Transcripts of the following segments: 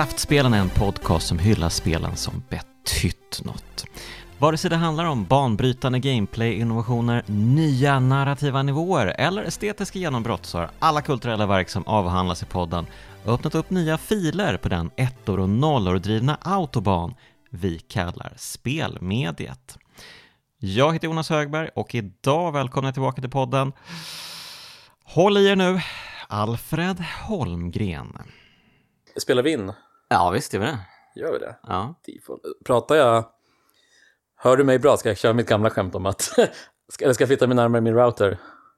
Kraftspelen är en podcast som hyllar spelen som betytt något. Vare sig det handlar om banbrytande gameplay-innovationer, nya narrativa nivåer eller estetiska genombrott, så har alla kulturella verk som avhandlas i podden öppnat upp nya filer på den ettor och nollor drivna autobahn vi kallar spelmediet. Jag heter Jonas Högberg och idag välkomna tillbaka till podden. Håll i er nu, Alfred Holmgren. Spelar vi in? Ja visst, gör vi det. Gör vi det? Ja. Pratar jag... Hör du mig bra? Ska jag köra mitt gamla skämt om att... ska jag flytta mig närmare min router?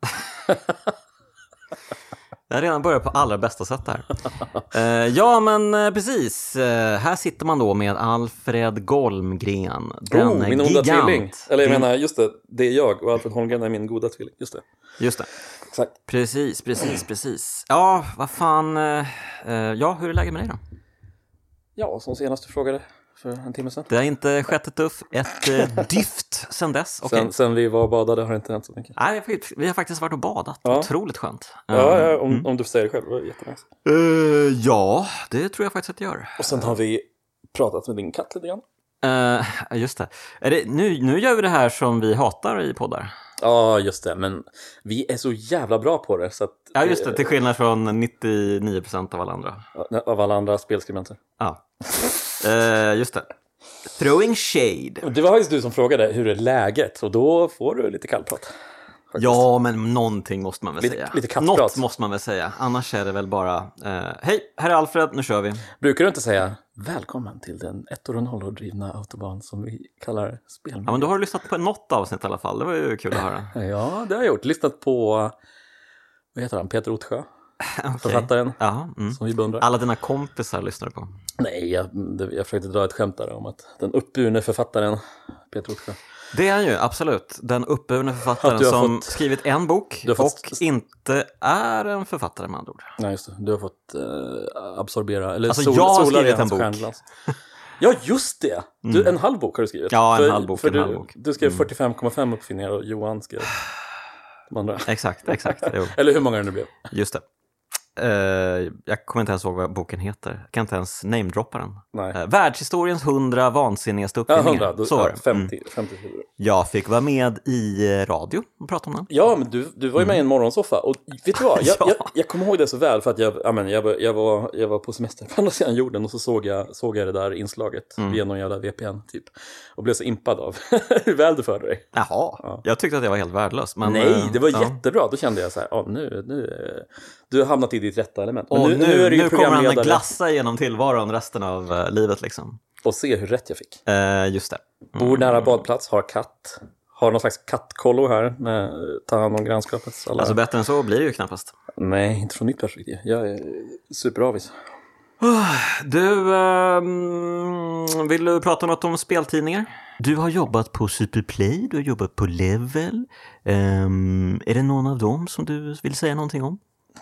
Jag har redan börjat på allra bästa sätt här. Ja, men precis. Här sitter man då med Alfred Golmgren. Min onda tvilling. Eller jag menar, just det är jag och Alfred Holmgren är min goda tvilling. Just det. Exakt. Precis. Ja, vad fan. Ja, hur är läget med dig då? Ja, som senast du frågade för en timme sedan. Det har inte skett ett dyft sedan dess. Okay. Sen vi var och badade har det inte hänt så mycket. Nej, vi har faktiskt varit och badat. Ja. Otroligt skönt. Ja, om du säger det själv, det var jättenice. Ja, det tror jag faktiskt att jag gör. Och sen har vi pratat med din katt lite grann. Just det. Nu gör vi det här som vi hatar i poddar. Ja, just det. Men vi är så jävla bra på det. Så att, ja, just det. Till skillnad från 99% av alla andra. Av alla andra spelskribenter. Ja. Just det. Throwing shade. Det var faktiskt du som frågade hur är läget. Och då får du lite kallprat. Faktiskt. Ja, men någonting måste man väl säga. Lite kattprat. Något måste man väl säga. Annars är det väl bara hej, här är Alfred, nu kör vi. Brukar du inte säga välkommen till den ettor och nollor drivna autobahn som vi kallar spelmediet? Ja, men då har du lyssnat på något avsnitt i alla fall. Det var ju kul att höra. Ja, det har jag gjort. Lyssnat på, vad heter han? Peter Ottsjö. Okay. Författaren som vi beundrar. Alla dina kompisar lyssnar på. Nej, jag försökte dra ett skämt där om att den uppburne författaren Peter Ottsjö. Det är han ju, absolut. Den uppburne författaren som skrivit en bok och inte är en författare med andra ord. Nej, just det. Du har fått absorbera, eller alltså jag har skrivit en bok. Ja, just det. En halv bok har du skrivit. Ja, en halv bok. Du skrev 45,5 uppfinningar och Johan skrev de andra. Exakt. Eller hur många det nu blev. Just det. Jag kommer inte ens ihåg vad boken heter. Jag kan inte ens namedroppa den. Världshistoriens 100 vansinnigaste uppfinningar. Ja, 100. Så var det. 50. Jag fick vara med i radio och prata om den. Ja, men du var ju med i en morgonsoffa. Och vet du vad? Jag kommer ihåg det så väl. För att jag var på semester på andra sidan jorden. Och så såg jag det där inslaget via någon jävla VPN typ. Och blev så impad av hur väl du förde dig. Jaha, ja. Jag tyckte att jag var helt värdelös. Men, nej, det var jättebra. Då kände jag så här, nu du har hamnat i ditt rätta element. Men och nu, är det ju kommer han att glassa genom tillvaron resten av livet liksom. Och se hur rätt jag fick. Just det. Bor nära badplats, har katt. Har någon slags kattkollo här med ta hand om grannskapet. Alltså bättre än så blir det ju knappast. Nej, inte från mitt perspektiv. Jag är superavis. Du, vill du prata något om speltidningar? Du har jobbat på Superplay, du har jobbat på Level. Är det någon av dem som du vill säga någonting om?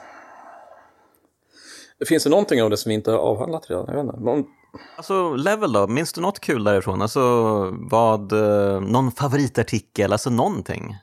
Finns det någonting av det som vi inte har avhandlat redan? Jag vet inte. Alltså Level då, minns du något kul därifrån? Alltså någon favoritartikel, alltså någonting?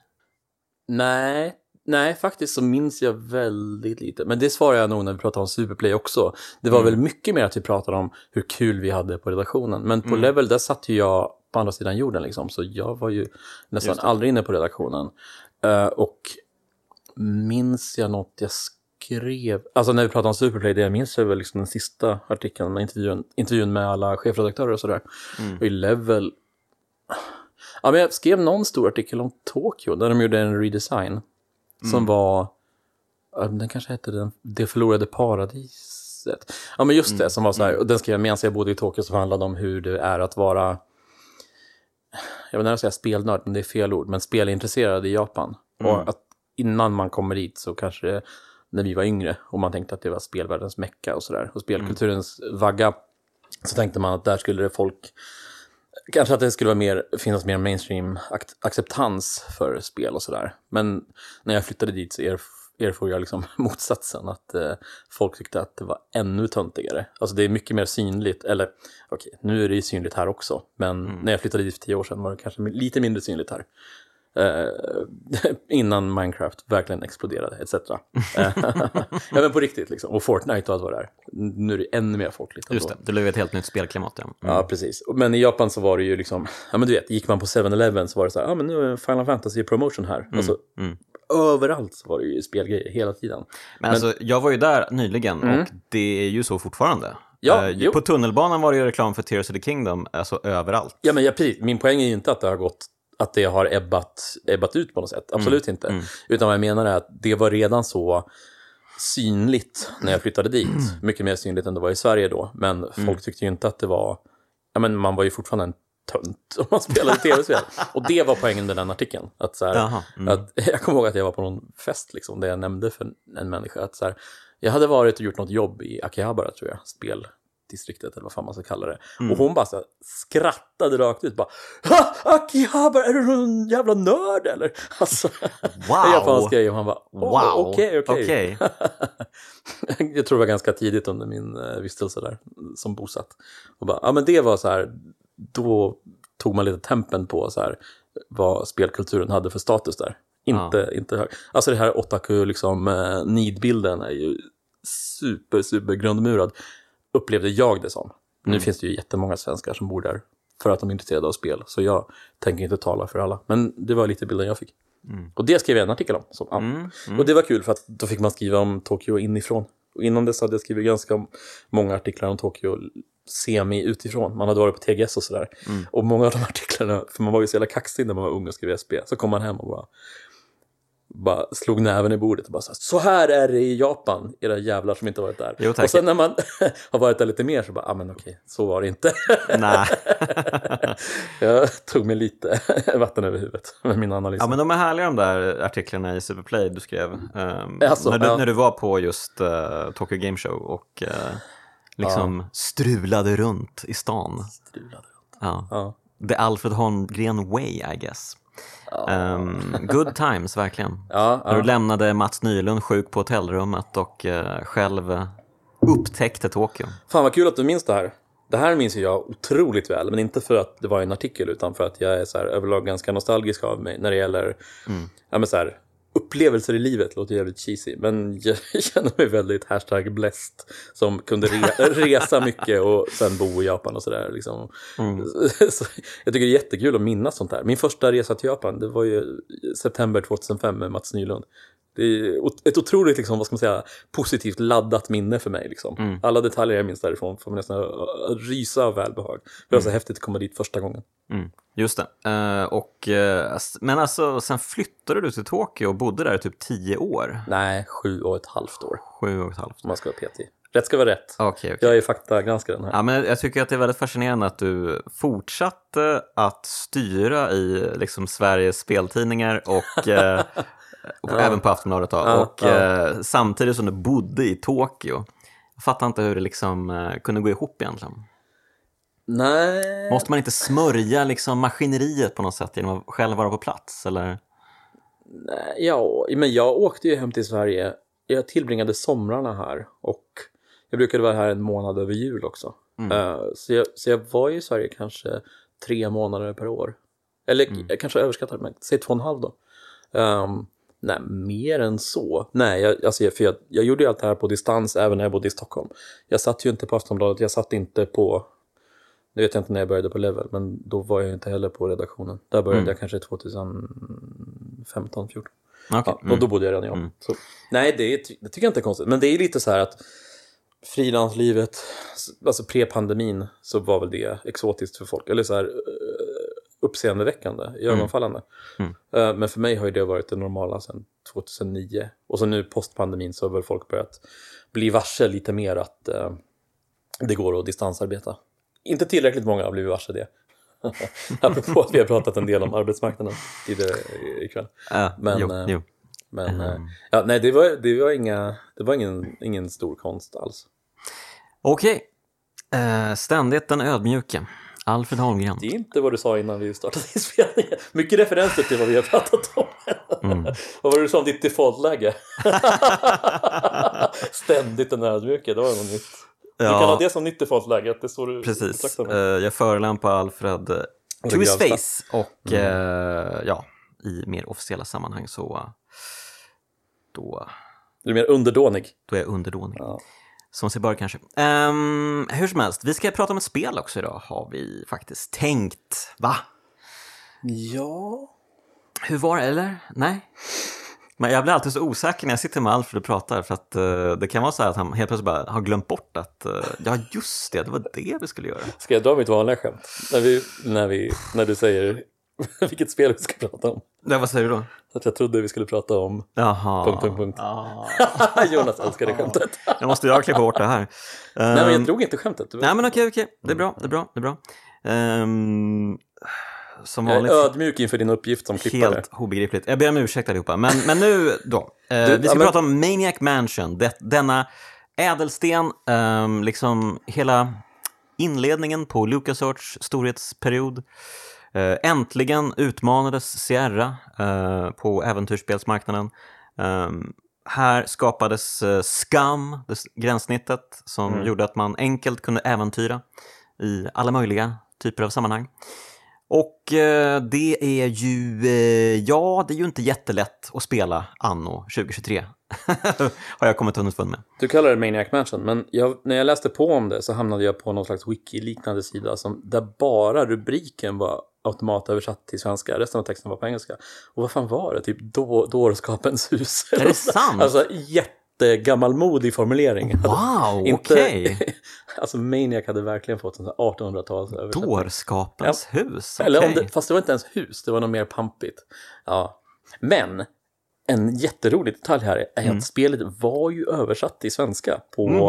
Nej, faktiskt så minns jag väldigt lite. Men det svarar jag nog när vi pratade om Superplay också. Det var väl mycket mer att vi pratade om hur kul vi hade på redaktionen. Men på Level, där satt ju jag på andra sidan jorden liksom. Så jag var ju nästan aldrig inne på redaktionen. Och minns jag något jag skrev... Alltså när vi pratade om Superplay, det jag minns är väl liksom den sista artikeln med intervjun med alla chefredaktörer och sådär. Och i Level... Ja, men jag skrev någon stor artikel om Tokyo där de gjorde en redesign. Som var... Den kanske hette Det förlorade paradiset. Ja, men just det, som var så här... Och den skrev jag medan jag bodde i Tokyo, som handlade om hur det är att vara... Jag vill nästan säga spelnörd, men det är fel ord. Men spelintresserad i Japan. Och att innan man kommer dit så kanske... När vi var yngre och man tänkte att det var spelvärldens mecka och sådär. Och spelkulturens vagga. Så tänkte man att där skulle det folk... Kanske att det skulle finnas mer mainstream acceptans för spel och sådär. Men när jag flyttade dit så erfor jag liksom motsatsen. Att folk tyckte att det var ännu töntigare. Alltså det är mycket mer synligt. Eller okej, nu är det ju synligt här också. Men när jag flyttade dit för 10 år sedan var det kanske lite mindre synligt här. Innan Minecraft verkligen exploderade, etc. Ja, men på riktigt liksom. Och Fortnite och allt vad det är. Nu är det ännu mer folkligt. Just det, det blev ett helt nytt spelklimat. Ja, ja, precis. Men i Japan så var det ju liksom, ja men du vet, gick man på 7-Eleven så var det så här, ja men nu är Final Fantasy promotion här. Alltså, överallt så var det ju spelgrejer hela tiden. Men alltså, jag var ju där nyligen och det är ju så fortfarande. Ja, på tunnelbanan var det ju reklam för Tears of the Kingdom, alltså överallt. Ja, men precis. Min poäng är ju inte att det har ebbat ut på något sätt. Absolut inte. Utan vad jag menar är att det var redan så synligt när jag flyttade dit. Mycket mer synligt än det var i Sverige då. Men folk tyckte ju inte att det var... Ja, men man var ju fortfarande en tönt om man spelade tv-spel. Och det var poängen med den artikeln. Att så här, att, jag kommer ihåg att jag var på någon fest liksom, där jag nämnde för en människa att så här, jag hade varit och gjort något jobb i Akihabara, tror jag. Speldistriktet eller vad fan man ska kalla det. Och hon bara så här, skrattade rakt ut. Bara, Akihabara, är du någon jävla nörd eller? Alltså, wow! Japansk grej. Och han bara, okej. Jag tror det var ganska tidigt under min vistelse där som bosatt. Och bara, ja men det var så här, då tog man lite tempen på så här, vad spelkulturen hade för status där. Inte hög. Alltså det här otaku liksom nidbilden är ju super grundmurad, upplevde jag det som. Nu finns det ju jättemånga svenskar som bor där för att de är intresserade av spel, så jag tänker inte tala för alla, men det var lite bilden jag fick. Och det skrev jag en artikel om och det var kul för att då fick man skriva om Tokyo inifrån, och innan dess hade jag skrivit ganska många artiklar om Tokyo semi utifrån. Man hade varit på TGS och sådär. Och många av de artiklarna, för man var ju så jävla kaxig när man var ung och skrev SP, så kom man hem och bara slog näven i bordet och bara så här är det i Japan, era jävlar som inte varit där. Jo, och sen när man har varit där lite mer så bara, men okej, så var det inte. Nej. Jag tog mig lite vatten över huvudet med min analys. Ja, men de är härliga de där artiklarna i Superplay du skrev. Alltså, när du var på just Tokyo Game Show och liksom strulade runt i stan. Ja. The Alfred Holmgren way, I guess. Good times, verkligen. När du lämnade Mats Nylund sjuk på hotellrummet och själv upptäckte Tokyo. Fan vad kul att du minns det här. Det här minns jag otroligt väl, men inte för att det var en artikel utan för att jag är så här överlag ganska nostalgisk av mig när det gäller ja, men så här, upplevelser i livet. Låter jävligt cheesy, men jag känner mig väldigt #blessed som kunde resa mycket och sen bo i Japan och sådär liksom. Så jag tycker det är jättekul att minnas sånt här. Min första resa till Japan, det var ju september 2005 med Mats Nylund. Det är ett otroligt liksom, vad ska man säga, positivt laddat minne för mig liksom. Alla detaljer jag minns därifrån får man nästan rysa av välbehag. Det var så häftigt att komma dit första gången. Just det. Men alltså, sen flyttade du till Tokyo och bodde där typ 10 år. Nej, 7,5 år. 7,5. Om man ska vara petig. Rätt ska vara rätt. Okay. Jag är faktagranskaren här. Ja, men jag tycker att det är väldigt fascinerande att du fortsatte att styra i liksom Sveriges speltidningar och även på Aftonbladet samtidigt som du bodde i Tokyo. Jag fattar inte hur det liksom kunde gå ihop egentligen. Nej. Måste man inte smörja liksom maskineriet på något sätt genom att själv vara på plats, eller? Nej, ja, men jag åkte ju hem till Sverige. Jag tillbringade somrarna här och jag brukade vara här en månad över jul också. Så jag var ju i Sverige kanske 3 månader per år. Eller jag kanske överskattar det, men säg 2,5 då. Nej, mer än så. Nej, jag gjorde ju allt det här på distans även när jag bodde i Stockholm. Jag satt ju inte på Aftonbladet, jag satt inte på... Nu vet jag inte när jag började på Level, men då var jag inte heller på redaktionen. Där började jag kanske 2015, 14. Okay. Och då bodde jag redan i Japan. Så, nej, det tycker jag inte är konstigt. Men det är lite så här att frilanslivet, alltså pre-pandemin, så var väl det exotiskt för folk. Eller så här uppseendeväckande, ögonfallande. Men för mig har ju det varit det normala sedan 2009. Och så nu post-pandemin så har väl folk börjat bli varse lite mer att det går att distansarbeta. Inte tillräckligt många har blivit varse det. Apropå att vi har pratat en del om arbetsmarknaden ikväll. Men ja, nej, det var ingen stor konst alls. Okej. Ständigt den ödmjuke Alfred Holmgren. Det är inte vad du sa innan vi startade inspelningen. Mycket referenser till vad vi har pratat om. Vad var det du sa om ditt defaultläge? Ständigt den ödmjuke, det var något nytt. Du kan ha det som nytt defaultläge. Det står du. Precis. Jag förelämpar Alfred to his face. Och i mer officiella sammanhang så då Du är mer underdånig. är jag underdånig. Ja. Som sig bör kanske. Hur som helst, vi ska prata om ett spel också idag, har vi faktiskt tänkt. Va? Ja. Hur var det, eller? Nej? Men jag blir alltid så osäker när jag sitter med Alfred och pratar, för att det kan vara så här att han helt plötsligt bara har glömt bort att ja just det var det vi skulle göra. Ska jag dra mitt vanliga skämt? När du säger vilket spel vi ska prata om. Ja, vad säger du då? Att jag trodde vi skulle prata om... Jaha. Jonas älskar det skämtet. Jag måste klippa bort det här. Nej, men jag drog inte skämtet. Nej, men okej. Det är bra. Som vanligt. Jag är ödmjuk inför din uppgift som klippare. Helt obegripligt. Jag ber om ursäkt allihopa. Men nu då. Vi ska prata om Maniac Mansion. Denna ädelsten, liksom hela inledningen på LucasArts storhetsperiod. Äntligen utmanades Sierra på äventyrsspelsmarknaden. Här skapades Scum, gränssnittet, som gjorde att man enkelt kunde äventyra i alla möjliga typer av sammanhang. Och det är ju, det är ju inte jättelätt att spela anno 2023. Har jag kommit underfund med. Du kallar det Maniac Mansion, men när jag läste på om det så hamnade jag på någon slags wiki-liknande sida där bara rubriken var automatöversatt till svenska, resten av texten var på engelska. Och vad fan var det? Typ Dårskapens hus. Är det sant? Alltså jättegammalmodig formulering. Wow, okej. Alltså Maniac hade verkligen fått en 1800-tals översättning. Dårskapens hus, Eller okej. fast det var inte ens hus, det var något mer pampigt. Ja. Men en jätterolig detalj här är att spelet var ju översatt till svenska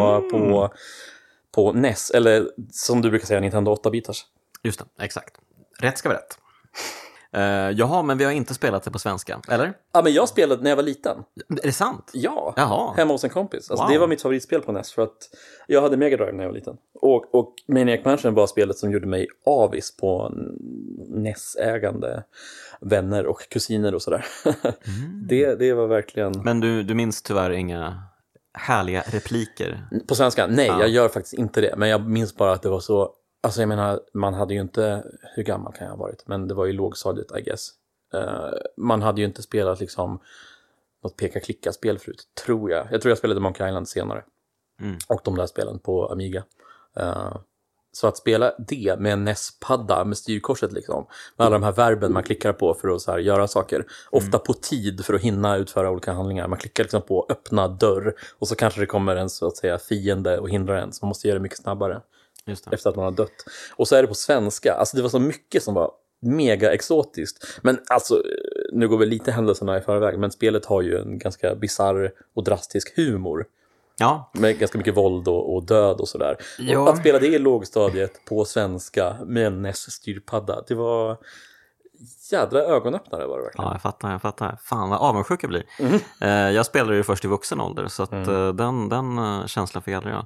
på NES, eller som du brukar säga, Nintendo 8-bitars. Just det, exakt. Rätt ska vara rätt. Jaha, men vi har inte spelat det på svenska, eller? Ja, men jag spelade när jag var liten. Är det sant? Ja, Jaha. hemma hos en kompis. Alltså, Wow. Det var mitt favoritspel på NES för att jag hade Mega Drive när jag var liten. Och Maniac Mansion var spelet som gjorde mig avis på NES-ägande vänner och kusiner och sådär. Det var verkligen... Men du minns tyvärr inga härliga repliker? På svenska? Nej, jag gör faktiskt inte det. Men jag minns bara att det var så... Alltså jag menar, man hade ju inte... Hur gammal kan jag ha varit? Men det var ju lågstadiet, I guess. Man hade ju inte spelat liksom något peka-klicka-spel förut, tror jag. Jag tror jag spelade Monkey Island senare. Och de där spelen på Amiga. Så att spela det med en NES-padda med styrkorset liksom. Med alla de här verben man klickar på för att så här, göra saker. Ofta på tid för att hinna utföra olika handlingar. Man klickar liksom på öppna dörr. Och så kanske det kommer en så att säga fiende och hindrar en. Så man måste göra det mycket snabbare. Just det. Efter att man har dött. Och så är det på svenska. Alltså det var så mycket som var mega exotiskt. Men alltså, nu går väl lite händelserna i förväg. Men spelet har ju en ganska bizarr och drastisk humor. Ja. Med ganska mycket våld och död och sådär. Ja. Och att spela det i lågstadiet på svenska med en NES-styrpadda, det var jädra ögonöppnare var det verkligen. Ja, jag fattar. Fan vad avundsjuk jag blir. Jag spelade ju först i vuxen ålder, så att den känslan får jag.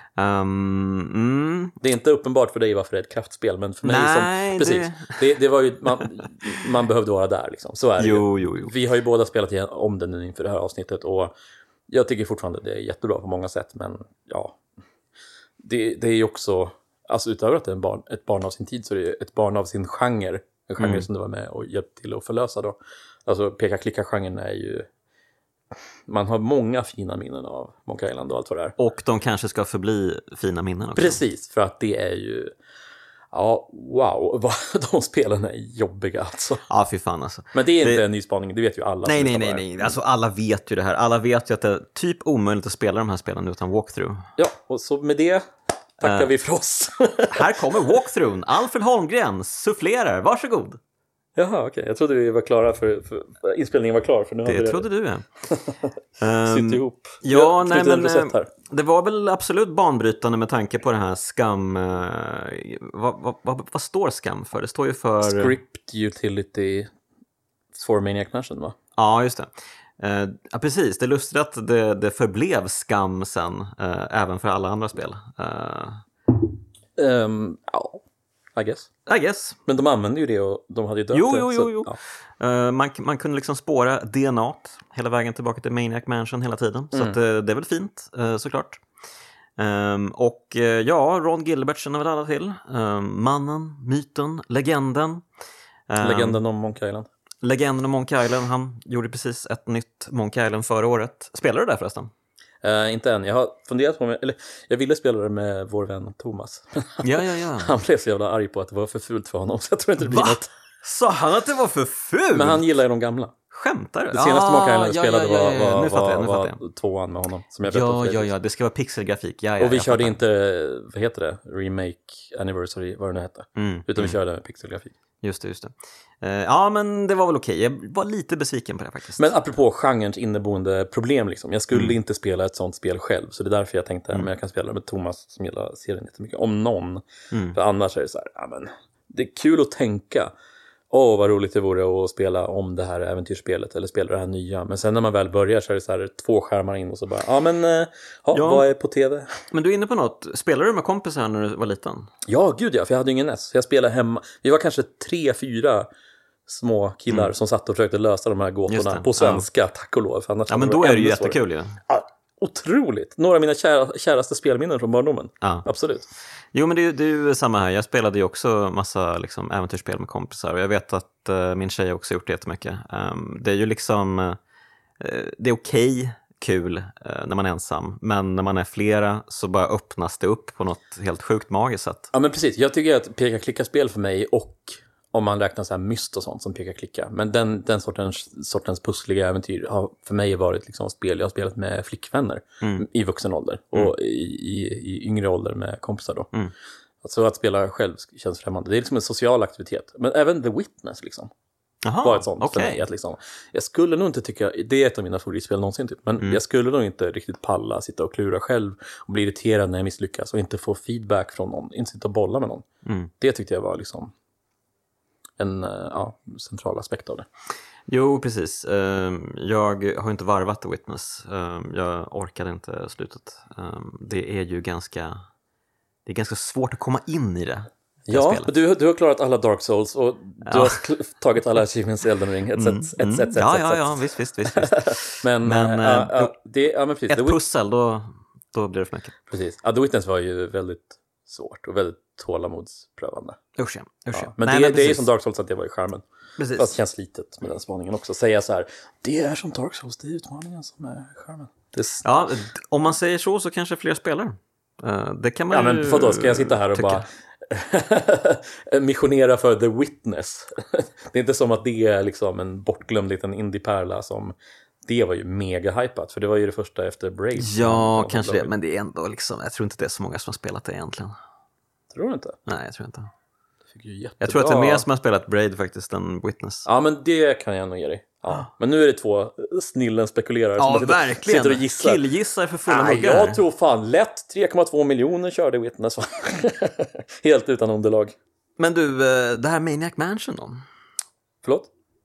Det är inte uppenbart för dig varför det är ett kraftspel, men för mig Nej, precis. Det var ju man behövde vara där liksom. Så är det. Jo. Vi har ju båda spelat om den inför det här avsnittet och jag tycker fortfarande det är jättebra på många sätt, men ja. Det är ju också, alltså utöver att det är ett barn av sin tid, så är det ett barn av sin genre. En genre som du var med och hjälpte till att förlösa då. Alltså peka-klicka-genren är ju... Man har många fina minnen av Monkey Island och allt vad det är. Och de kanske ska förbli fina minnen också. Precis, för att det är ju... Ja, wow, de spelen är jobbiga alltså. Ja, fy fan alltså. Men det är inte en ny spaning, det vet ju alla. Nej. Alltså alla vet ju det här. Alla vet ju att det är typ omöjligt att spela de här spelen utan walkthrough. Ja, och så med det tackar vi för oss. Här kommer walkthroughen. Alfred Holmgren sufflerar. Varsågod. Jaha, okej. Jag trodde vi var klara för inspelningen var klar. För nu Det trodde du, ja. Sitter ihop. Ja, nej, men här. det var väl absolut banbrytande med tanke på det här Scum. Vad står Scum för? Det står ju för... Script Utility for Maniac Mansion, va? Ja, just det. Ja, precis. Det är lustigt att det förblev Scum sen, även för alla andra spel. Ja, I guess. Men de använde ju det och de hade ju dött det. Jo. Ja. Man kunde liksom spåra DNA-t hela vägen tillbaka till Maniac Mansion hela tiden. Så att, det är väl fint, såklart. Och ja, Ron Gilbert känner väl alla till. Mannen, myten, legenden. Legenden om Monkey Island. Legenden om Monkey Island, han gjorde precis ett nytt Monkey Island förra året. Spelar du där förresten? Inte än. Jag har funderat på eller jag ville spela det med vår vän Thomas. Ja. Han blev så jävla arg på att det var för fult för honom, så jag tror inte det blir något. Sa han att det var för fult? Men han gillar ju de gamla. Skämtar du? Det senaste Monkey Island jag spelade var jag. 2:an med honom. Som jag Ja, det ska vara pixelgrafik. Och vi körde inte, vad heter det? Remake Anniversary, vad det nu hette. Utan vi körde pixelgrafik. Just det. Ja, men det var väl okej. Jag var lite besviken på det faktiskt. Men apropå genrens inneboende problem liksom. Jag skulle inte spela ett sånt spel själv. Så det är därför jag tänkte men jag kan spela med Thomas som gillar serien jättemycket. Om någon. För annars är det så här, ja men det är kul att tänka. Vad roligt det vore att spela om det här äventyrsspelet eller spela det här nya. Men sen när man väl börjar så är det så här 2 skärmar in och så bara, vad är på tv? Men du är inne på något. Spelade du med kompisar när du var liten? Ja, gud ja, för jag hade ingen NES. Jag spelade hemma. Vi var kanske 3-4 små killar som satt och försökte lösa de här gåtorna på svenska, tack och lov. För annars men då är det ju jättekul ju. Ja, otroligt. Några av mina käraste spelminnen från barndomen. Ja. Absolut. Jo, men det är ju samma här. Jag spelade ju också massa liksom, äventyrsspel med kompisar. Och jag vet att min tjej också gjort det jättemycket. Det är ju liksom... det är okej, kul när man är ensam. Men när man är flera så bara öppnas det upp på något helt sjukt magiskt sätt. Ja, men precis. Jag tycker att peka-klicka-spel för mig och om man räknar så här myst och sånt som peka-klicka. Men den sortens pussliga äventyr har för mig varit liksom spel jag har spelat med flickvänner i vuxen ålder. Och i yngre ålder med kompisar då. Alltså att spela själv känns främmande. Det är liksom en social aktivitet. Men även The Witness liksom. Var ett sånt för mig. Att liksom, jag skulle nog inte tycka, det är ett av mina favoritspel någonsin typ. Men jag skulle nog inte riktigt palla sitta och klura själv och bli irriterad när jag misslyckas och inte få feedback från någon. Inte sitta och bolla med någon. Det tyckte jag var liksom en central aspekt av det. Jo, precis. Jag har inte varvat The Witness. Jag orkade inte slutet. Det är ju ganska svårt att komma in i det. Ja, du har klarat alla Dark Souls och du har tagit alla achievements i Elden Ring. Ja, visst. men precis. Ett pussel, då blir det för mycket. Precis. The Witness var ju väldigt svårt och väldigt tålamodsprövande. Usch. Men det är ju som Dark Souls att det var i skärmen. Precis. Fast det känns litet med den spaningen också. Säga så här, det är som Dark Souls, det är utmaningen som är skärmen. Ja, om man säger så kanske fler spelar. Det kan man men vadå, ska jag sitta här och bara missionera för The Witness? Det är inte som att det är liksom en bortglömd liten indie-pärla som... Det var ju mega hypat, för det var ju det första efter Braid. Ja, kanske det, men det är ändå liksom... Jag tror inte det är så många som har spelat det egentligen. Tror du inte? Nej, jag tror inte. Jag tror att det är mer som har spelat Braid faktiskt än Witness. Ja, men det kan jag nog ge dig. Ja. Men nu är det 2 snillen spekulerare som verkligen. Sitter och gissar. Killgissar för fulla muggar. Jag tror fan lätt 3,2 miljoner körde Witness. Helt utan underlag. Men du, det här Maniac Mansion då? Förlåt?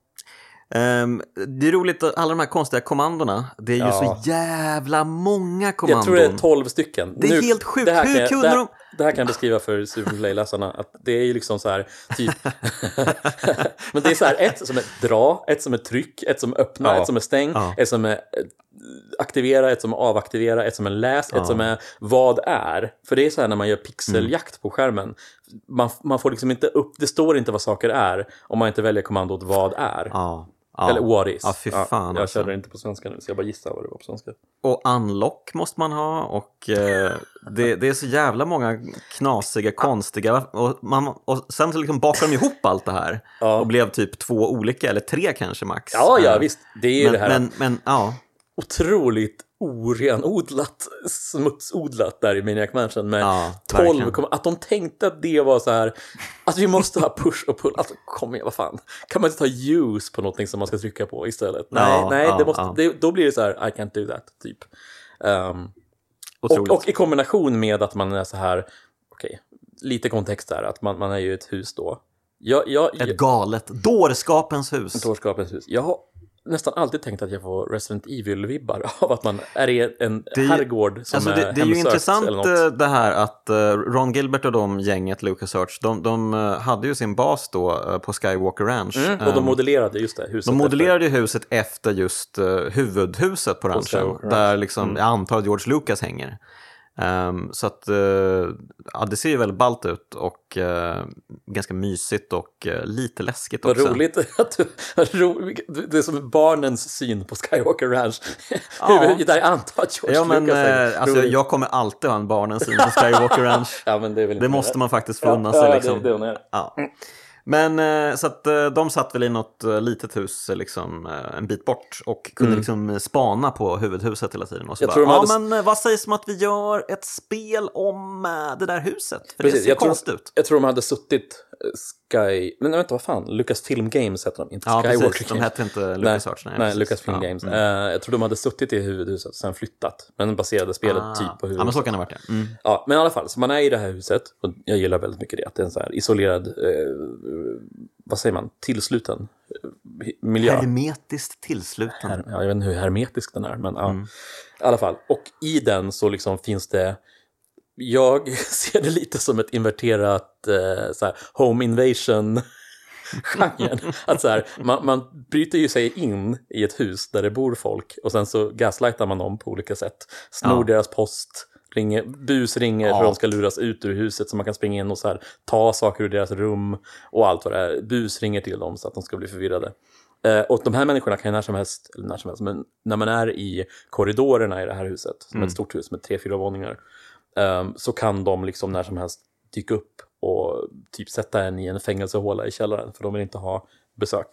Det är roligt att alla de här konstiga kommandorna. Det är ju så jävla många kommandon. Jag tror det är 12 stycken. Det är helt sjukt. Hur kunde de... Det här kan jag beskriva för Superplay-läsarna att det är ju liksom så här typ men det är så här ett som är dra, ett som är tryck, ett som är öppna, ett som är stäng, ett som är aktivera, ett som är avaktivera, ett som är läs, ett som är vad är. För det är så här när man gör pixeljakt på skärmen. Man får liksom inte upp, det står inte vad saker är om man inte väljer kommandot vad är. Eller what is. Ja, fy fan, jag körde inte på svenska nu, så jag bara gissar vad det var på svenska. Och unlock måste man ha. Och det är så jävla många knasiga, konstiga. Och sen så liksom bakar de ihop allt det här. Och blev typ 2 olika, eller 3 kanske max. Ja, visst. Det är ju det här. Men otroligt orenodlat, smutsodlat där i Maniac Mansion med 12. Att de tänkte att det var så här, att vi måste ha push och pull. Alltså kom igen, vad fan. Kan man inte ta use på någonting som man ska trycka på istället? Nej, det måste, då blir det så här, I can't do that, typ. Och i kombination med att man är så här, okej, lite kontext här, att man är ju ett hus då. Ett galet, dårskapens hus. Jag har nästan alltid tänkt att jag får Resident Evil-vibbar av att man är i en herrgård som alltså det är ju intressant det här att Ron Gilbert och de gänget LucasArts, de hade ju sin bas då på Skywalker Ranch. Och de modellerade just det huset. De modellerade huset efter just huvudhuset på ranchen, där liksom, jag antar att George Lucas hänger. Så att ja, det ser ju väldigt ballt ut och ganska mysigt och lite läskigt också. Vad roligt att det är som barnens syn på Skywalker Ranch. Ja. Där jag antar att George Lucas alltså, jag kommer alltid ha en barnens syn på Skywalker Ranch. Ja, men det är väl inte det måste man faktiskt få unna sig. Liksom. Det. Ja. Men så att de satt väl i något litet hus liksom, en bit bort och kunde liksom spana på huvudhuset hela tiden. Och så men vad sägs om att vi gör ett spel om det där huset? För precis, det ser konstigt ut. Jag tror de hade suttit men vänta, vad fan? Lucasfilm Games heter de, inte Skywalker Games. Precis, de hette inte LucasArts. Nej, Lucasfilm Games. Jag tror de hade suttit i huvudhuset och sen flyttat. Men baserade spelet typ på huvudhuset. Ja, men så kan det ha varit det. Ja, men i alla fall, så man är i det här huset och jag gillar väldigt mycket det. Att det är en så här isolerad, vad säger man, tillsluten miljö. Hermetiskt tillsluten. Jag vet inte hur hermetisk den är, men ja, i alla fall. Och i den så liksom finns det, jag ser det lite som ett inverterat så här, home invasion genren. Att så här, man bryter ju sig in i ett hus där det bor folk och sen så gaslightar man dem på olika sätt. Snor deras post, busringer för att de ska luras ut ur huset så man kan springa in och så här, ta saker ur deras rum och allt vad det är. Busringer till dem så att de ska bli förvirrade. Och de här människorna kan ju när som helst, men när man är i korridorerna i det här huset, som är ett stort hus med 3-4 våningar, så kan de liksom när som helst dyka upp och typ sätta en i en fängelsehåla i källaren för de vill inte ha besök.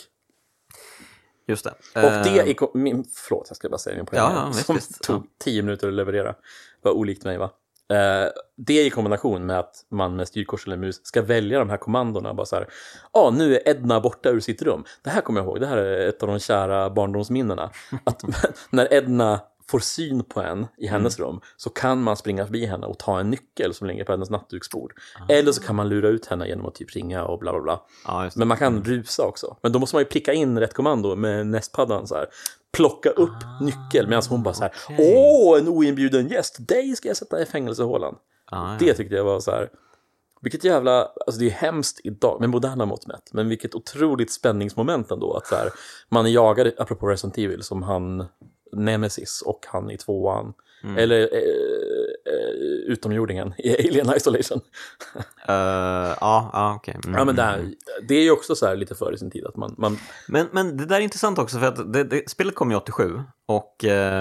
Just det. Och det förlåt, jag ska bara säga min poäng som tog 10 minuter att leverera. Var olikt mig, va? Det i kombination med att man med styrkors eller mus ska välja de här kommandorna. Bara så här, nu är Edna borta ur sitt rum. Det här kommer jag ihåg, det här är ett av de kära barndomsminnena. Att när Edna får syn på en i hennes rum så kan man springa förbi henne och ta en nyckel som ligger på hennes nattduksbord. Eller så kan man lura ut henne genom att typ ringa och bla bla bla. Men man kan rusa också. Men då måste man ju pricka in rätt kommando med nästpaddan så här. Plocka upp nyckel medan hon bara så här, en oinbjuden gäst, dig ska jag sätta i fängelsehålan. Det tyckte jag var så här, vilket jävla, alltså det är hemskt idag med moderna mått mätt, men vilket otroligt spänningsmoment ändå att så här, man är jagad, apropå Resident Evil, som han Nemesis och han i 2:an eller utomjordingen i Alien Isolation. Okej. Ja, men det är ju också så här lite före sin tid att man... Men det där är intressant också för att spelet kom ju 87 och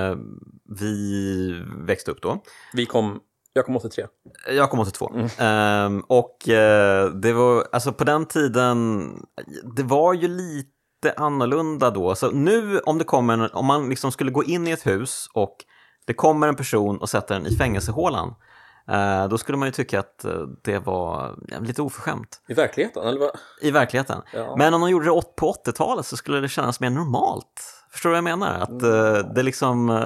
vi växte upp då. Jag kom 83. Jag kom 82. Och det var, alltså på den tiden, det var ju lite annorlunda då. Så nu om man liksom skulle gå in i ett hus och det kommer en person och sätter den i fängelsehålan, då skulle man ju tycka att det var lite oförskämt. I verkligheten? Eller vad? I verkligheten. Ja. Men om de gjorde det på 80-talet så skulle det kännas mer normalt. Förstår du vad jag menar? Att det liksom...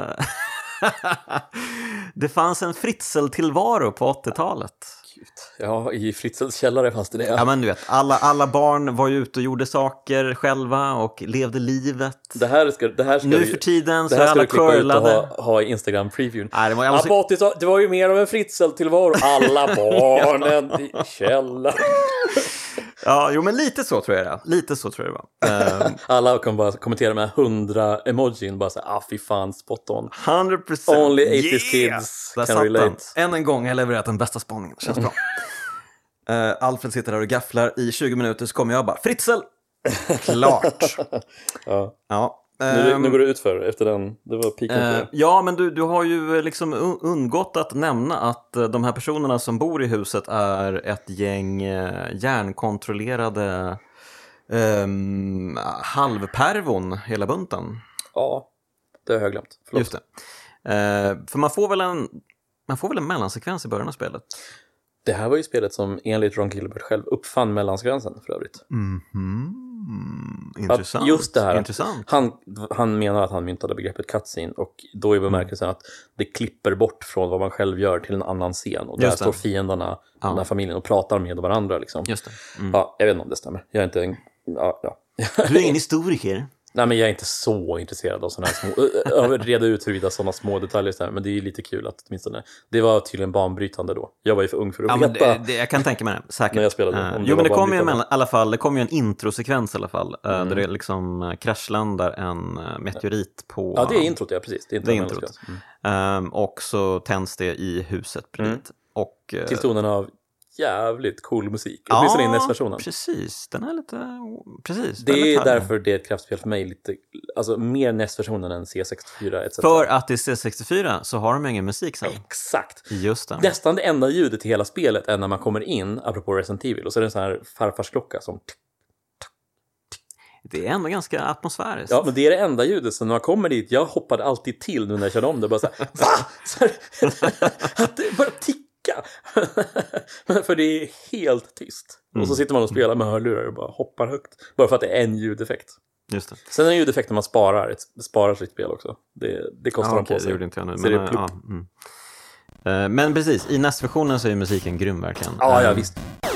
det fanns en fritzeltillvaro på 80-talet. Ja, i Fritzels källare fanns det. Ja, men du vet, alla barn var ju ute och gjorde saker själva och levde livet. Det här ska nu för tiden så är alla curlade. Ha i Instagram-previewn. Nej, det var ju mer av en Fritzl-tillvaro. Alla barnen i källaren. Ja, jo, men lite så tror jag det. Lite så tror jag det var. Alla kan bara kommentera med 100 emojin. Bara säga, fy fan, spot on. 100%. Only 80s kids can relate. Än en gång har jag levererat den bästa spaningen. Känns bra. Alfred sitter där och gafflar i 20 minuter så kommer jag bara, Fritzl! Klart. Ja. Nu går det ut för efter den. Det var piken. Ja, men du har ju liksom undgått att nämna att de här personerna som bor i huset är ett gäng hjärnkontrollerade halvpervon hela bunten. Ja, det har jag glömt. Förlåt. Just det. För man får väl en mellansekvens i början av spelet. Det här var ju spelet som enligt Ron Gilbert själv uppfann mellansekvensen för övrigt. Intressant. Att just det här, Intressant. Han menar att han myntade begreppet cutscene och då är bemärkelsen att det klipper bort från vad man själv gör till en annan scen och där står fiendarna, den här familjen och pratar med varandra liksom. Just det. Ja, jag vet inte om det stämmer. Jag är inte du är ingen historiker. Nej, men jag är inte så intresserad av sådana här små... Jag reda ut huruvida sådana små detaljer så här, men det är ju lite kul att åtminstone... Det var tydligen banbrytande då. Jag var ju för ung för att veta. Men jag kan tänka mig det, säkert. När jag spelade. Jo, men det kom ju i alla fall, det kom ju en introsekvens i alla fall. Där det liksom kraschlandar en meteorit på... Ja, det är introt, ja, precis. Det är introt. Och så tänds det i huset bredvid. Och, till tonen av jävligt cool musik. Åtminstone i NES-versionen. Precis. Den är lite... Precis. Det är därför det är ett kraftspel för mig lite... Alltså mer NES-versionen än C64 etc. För att i C64 så har de ingen musik sen. Exakt. Just det. Nästan det enda ljudet i hela spelet är när man kommer in, apropå Resident Evil, och så är det en sån här farfarsklocka som... Det är ändå ganska atmosfäriskt. Ja, men det är det enda ljudet. Så när man kommer dit, jag hoppade alltid till nu när jag körde om det. Bara så här, va? Så här, att det bara ticka. För det är helt tyst. Och så sitter man och spelar med hörlurar och bara hoppar högt. Bara för att det är en ljudeffekt. Just det. Sen är det ljudeffekt när man sparar sitt spel också. Det kostar de på sig. Det gjorde inte jag nu. Så Men precis, i NES-versionen så är musiken grym verkligen. Ja, visst.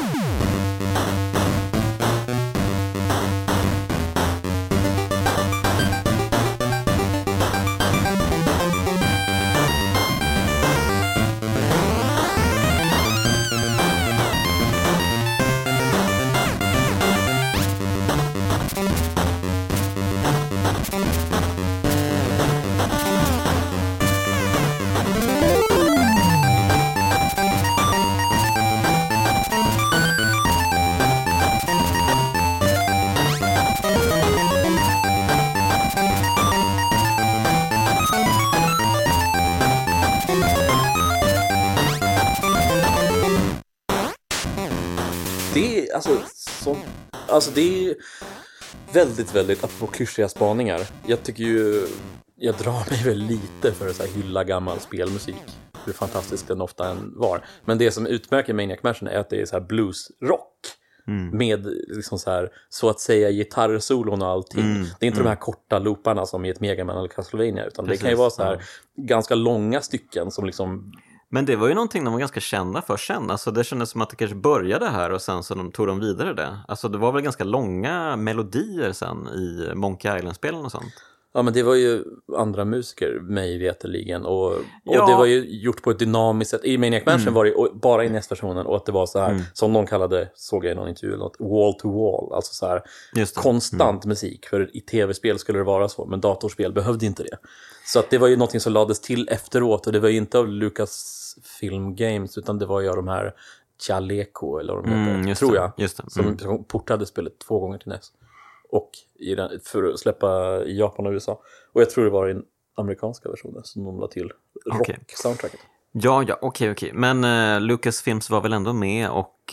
Det är väldigt, väldigt apropå klyschiga spaningar. Jag tycker ju, jag drar mig väl lite för att så här hylla gammal spelmusik. Hur fantastisk den ofta än var. Men det som utmärker Maniac Mansion är att det är så här bluesrock. Med liksom så att säga gitarrsolon och allting. Det är inte de här korta looparna som i ett Mega Man eller Castlevania, utan det kan ju vara så här ganska långa stycken som liksom... Men det var ju någonting de var ganska kända för sen. Alltså det kändes som att det kanske började här och sen så tog de vidare det. Alltså det var väl ganska långa melodier sen i Monkey Island-spelen och sånt. Ja, men det var ju andra musiker, mig veterligen. Och det var ju gjort på ett dynamiskt sätt. I Maniac Mansion var det bara i NES-versionen. Och att det var så här, som någon kallade, såg jag i någon intervju, något wall to wall. Alltså så här konstant musik. För i tv-spel skulle det vara så, men datorspel behövde inte det. Så att det var ju någonting som lades till efteråt. Och det var ju inte av Lucasfilm Games, utan det var ju av de här Chaleco, eller vad de heter, tror jag. Som portade spelet 2 gånger till NES. Och för att släppa i Japan och USA. Och jag tror det var i den amerikanska versionen som de la till rock-soundtracket. Ja, okej. Men Lucasfilms var väl ändå med och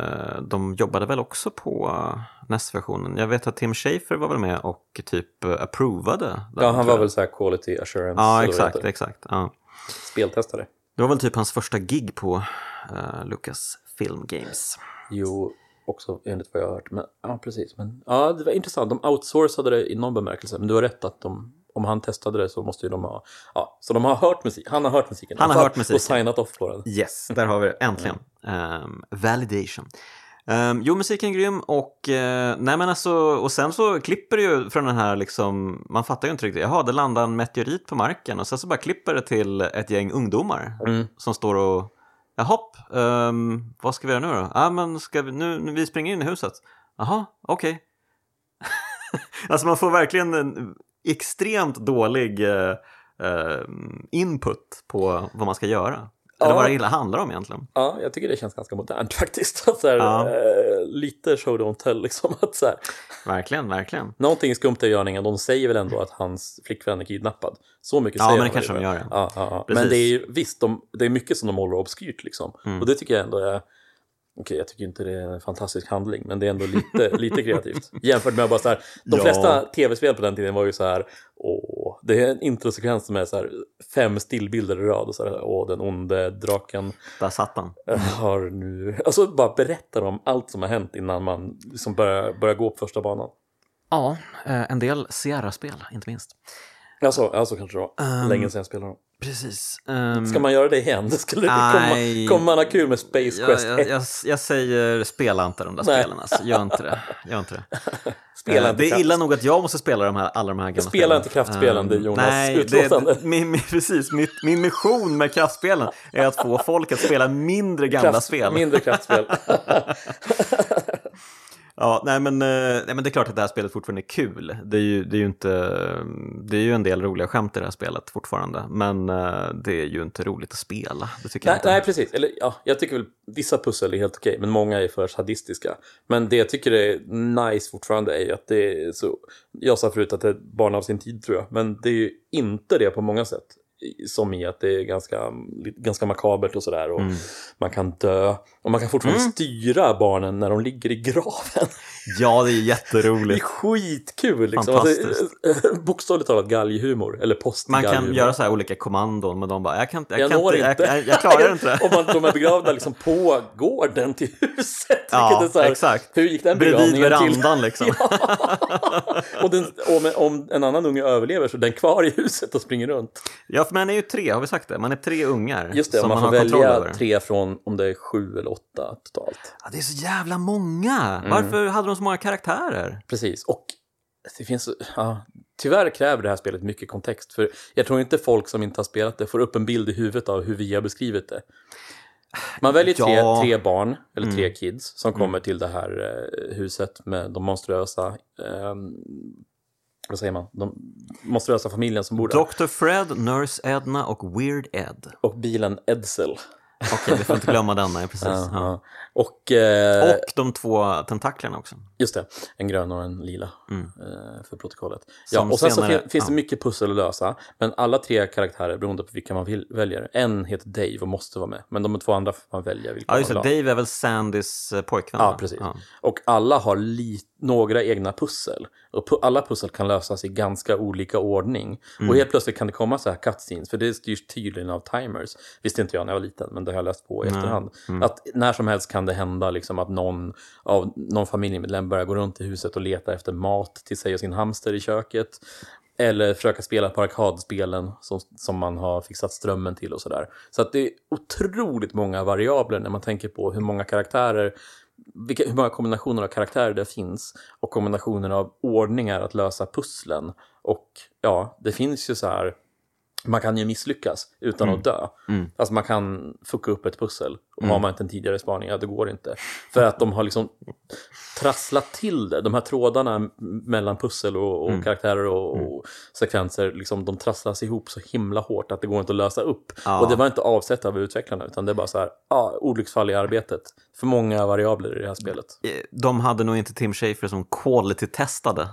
de jobbade väl också på NES-versionen. Jag vet att Tim Schafer var väl med och typ approvade. Ja, han var väl så här quality assurance. Ja, exakt. Ja. Speltestare. Det var väl typ hans första gig på Lucasfilm Games. Jo, också enligt vad jag har hört. Men, ja, precis. Men, ja, det var intressant. De outsourcade det i någon bemärkelse. Men du har rätt att om han testade det så måste ju de ha... Ja, så de har hört musik. Han har hört musiken. Han har hört musiken. Och signat off på den. Yes, där har vi det. Äntligen. Validation. Jo, musiken är grym och nej men alltså, och sen så klipper det ju från den här liksom, man fattar ju inte riktigt, jaha, det landar en meteorit på marken och sen så bara klipper det till ett gäng ungdomar som står och jahopp, vad ska vi göra nu då? Ja, men ska vi, nu vi springer in i huset. Jaha, okej. Alltså man får verkligen en extremt dålig input på vad man ska göra. Eller vad det handlar om egentligen. Ja, jag tycker det känns ganska modernt faktiskt. Så här, lite show don't tell liksom. Att så här, verkligen. Någonting skumt i görningen. De säger väl ändå att hans flickvän är kidnappad. Så mycket säger men det kanske de gör. Ja. Men det är ju, visst, det är mycket som de håller obskyrt liksom. Och det tycker jag ändå är... Okej, jag tycker inte det är en fantastisk handling, men det är ändå lite kreativt. Jämfört med bara så här, de flesta tv-spel på den tiden var ju så här, det är en introsekvens som är så här 5 stillbilder i rad och så här, den onde draken. Där satt han. Har nu, alltså bara berättar om allt som har hänt innan man liksom börjar gå på första banan. Ja, en del Sierra-spel, inte minst. Alltså kanske då. Länge sedan jag spelade dem. Precis. Ska man göra det igen? Kommer man ha kul med Space Quest? Jag säger spela inte de där spelen. Alltså. Gör inte det. Spela inte det är illa nog att jag måste spela alla de här gamla spela spelen. Inte kraftspelen, det är Jonas utlåtande. Precis, min mission med kraftspelen är att få folk att spela mindre gamla spel. Mindre kraftspel. Ja, nej men det är klart att det här spelet fortfarande är kul. Det är ju en del roliga skämt i det här spelet fortfarande, men det är ju inte roligt att spela. Det tycker jag inte. Nej, precis. Eller ja, jag tycker väl vissa pussel är helt okej, men många är för sadistiska. Men det jag tycker är nice fortfarande är ju att det är så, jag sa förut att det är barn av sin tid, tror jag, men det är ju inte det på många sätt. Som i att det är ganska makabert och sådär, och man kan dö och man kan fortfarande styra barnen när de ligger i graven. Ja, det är jätteroligt. Det är skitkul liksom. Fantastiskt. Alltså, bokstavligt talat galghumor eller postgalghumor. Man kan göra så här olika kommandon, men de bara jag klarar inte det. Och de är begravda liksom på gården till huset. Ja, är så här, exakt. Hur gick den begravningen bredvid verandan liksom. Och om en annan unge överlever så är den kvar i huset och springer runt. Ja, för man är ju 3, har vi sagt det? Man är 3 ungar. Just det, som man får välja 3 från om det är 7 eller 8 totalt. Ja, det är så jävla många. Varför hade de så många karaktärer? Precis, och det finns, tyvärr kräver det här spelet mycket kontext. För jag tror inte folk som inte har spelat det får upp en bild i huvudet av hur vi har beskrivit det. Man väljer 3 barn, eller 3 kids, som kommer till det här huset med de monstruösa... vad säger man? De monstruösa familjen som bor där. Dr. Fred, Nurse Edna och Weird Ed. Och bilen Edsel. Okej, vi får inte glömma denna, precis. Ja. Och de 2 tentaklerna också. Just det, en grön och en lila för protokollet. Ja, och sen senare, så finns det mycket pussel att lösa. Men alla 3 karaktärer, beroende på vilka man väljer. En heter Dave och måste vara med. Men de 2 andra får man välja vilka just det, Dave är väl Sandys pojkvän. Ja, precis. Ja. Och alla har några egna pussel. Och alla pussel kan lösas i ganska olika ordning. Och helt plötsligt kan det komma så här cutscenes. För det styrs tydligen av timers. Visste inte jag när jag var liten, men det har jag läst på i efterhand. Att när som helst kan det hända liksom att någon familjemedlem börjar gå runt i huset och leta efter mat till sig och sin hamster i köket. Eller försöka spela på arkadspelen som man har fixat strömmen till och sådär. Så att det är otroligt många variabler när man tänker på hur många karaktärer, hur många kombinationer av karaktärer det finns och kombinationer av ordningar att lösa pusslen. Och ja, det finns ju så här, man kan ju misslyckas utan att dö. Alltså man kan fucka upp ett pussel och har man inte en tidigare spaning, ja det går inte. För att de har liksom trasslat till det. De här trådarna mellan pussel och karaktärer och sekvenser, liksom, de trasslas ihop så himla hårt att det går inte att lösa upp. Och det var inte avsett av utvecklarna, utan det är bara så här, olycksfall i arbetet. För många variabler i det här spelet. De hade nog inte Tim Schafer som quality-testade.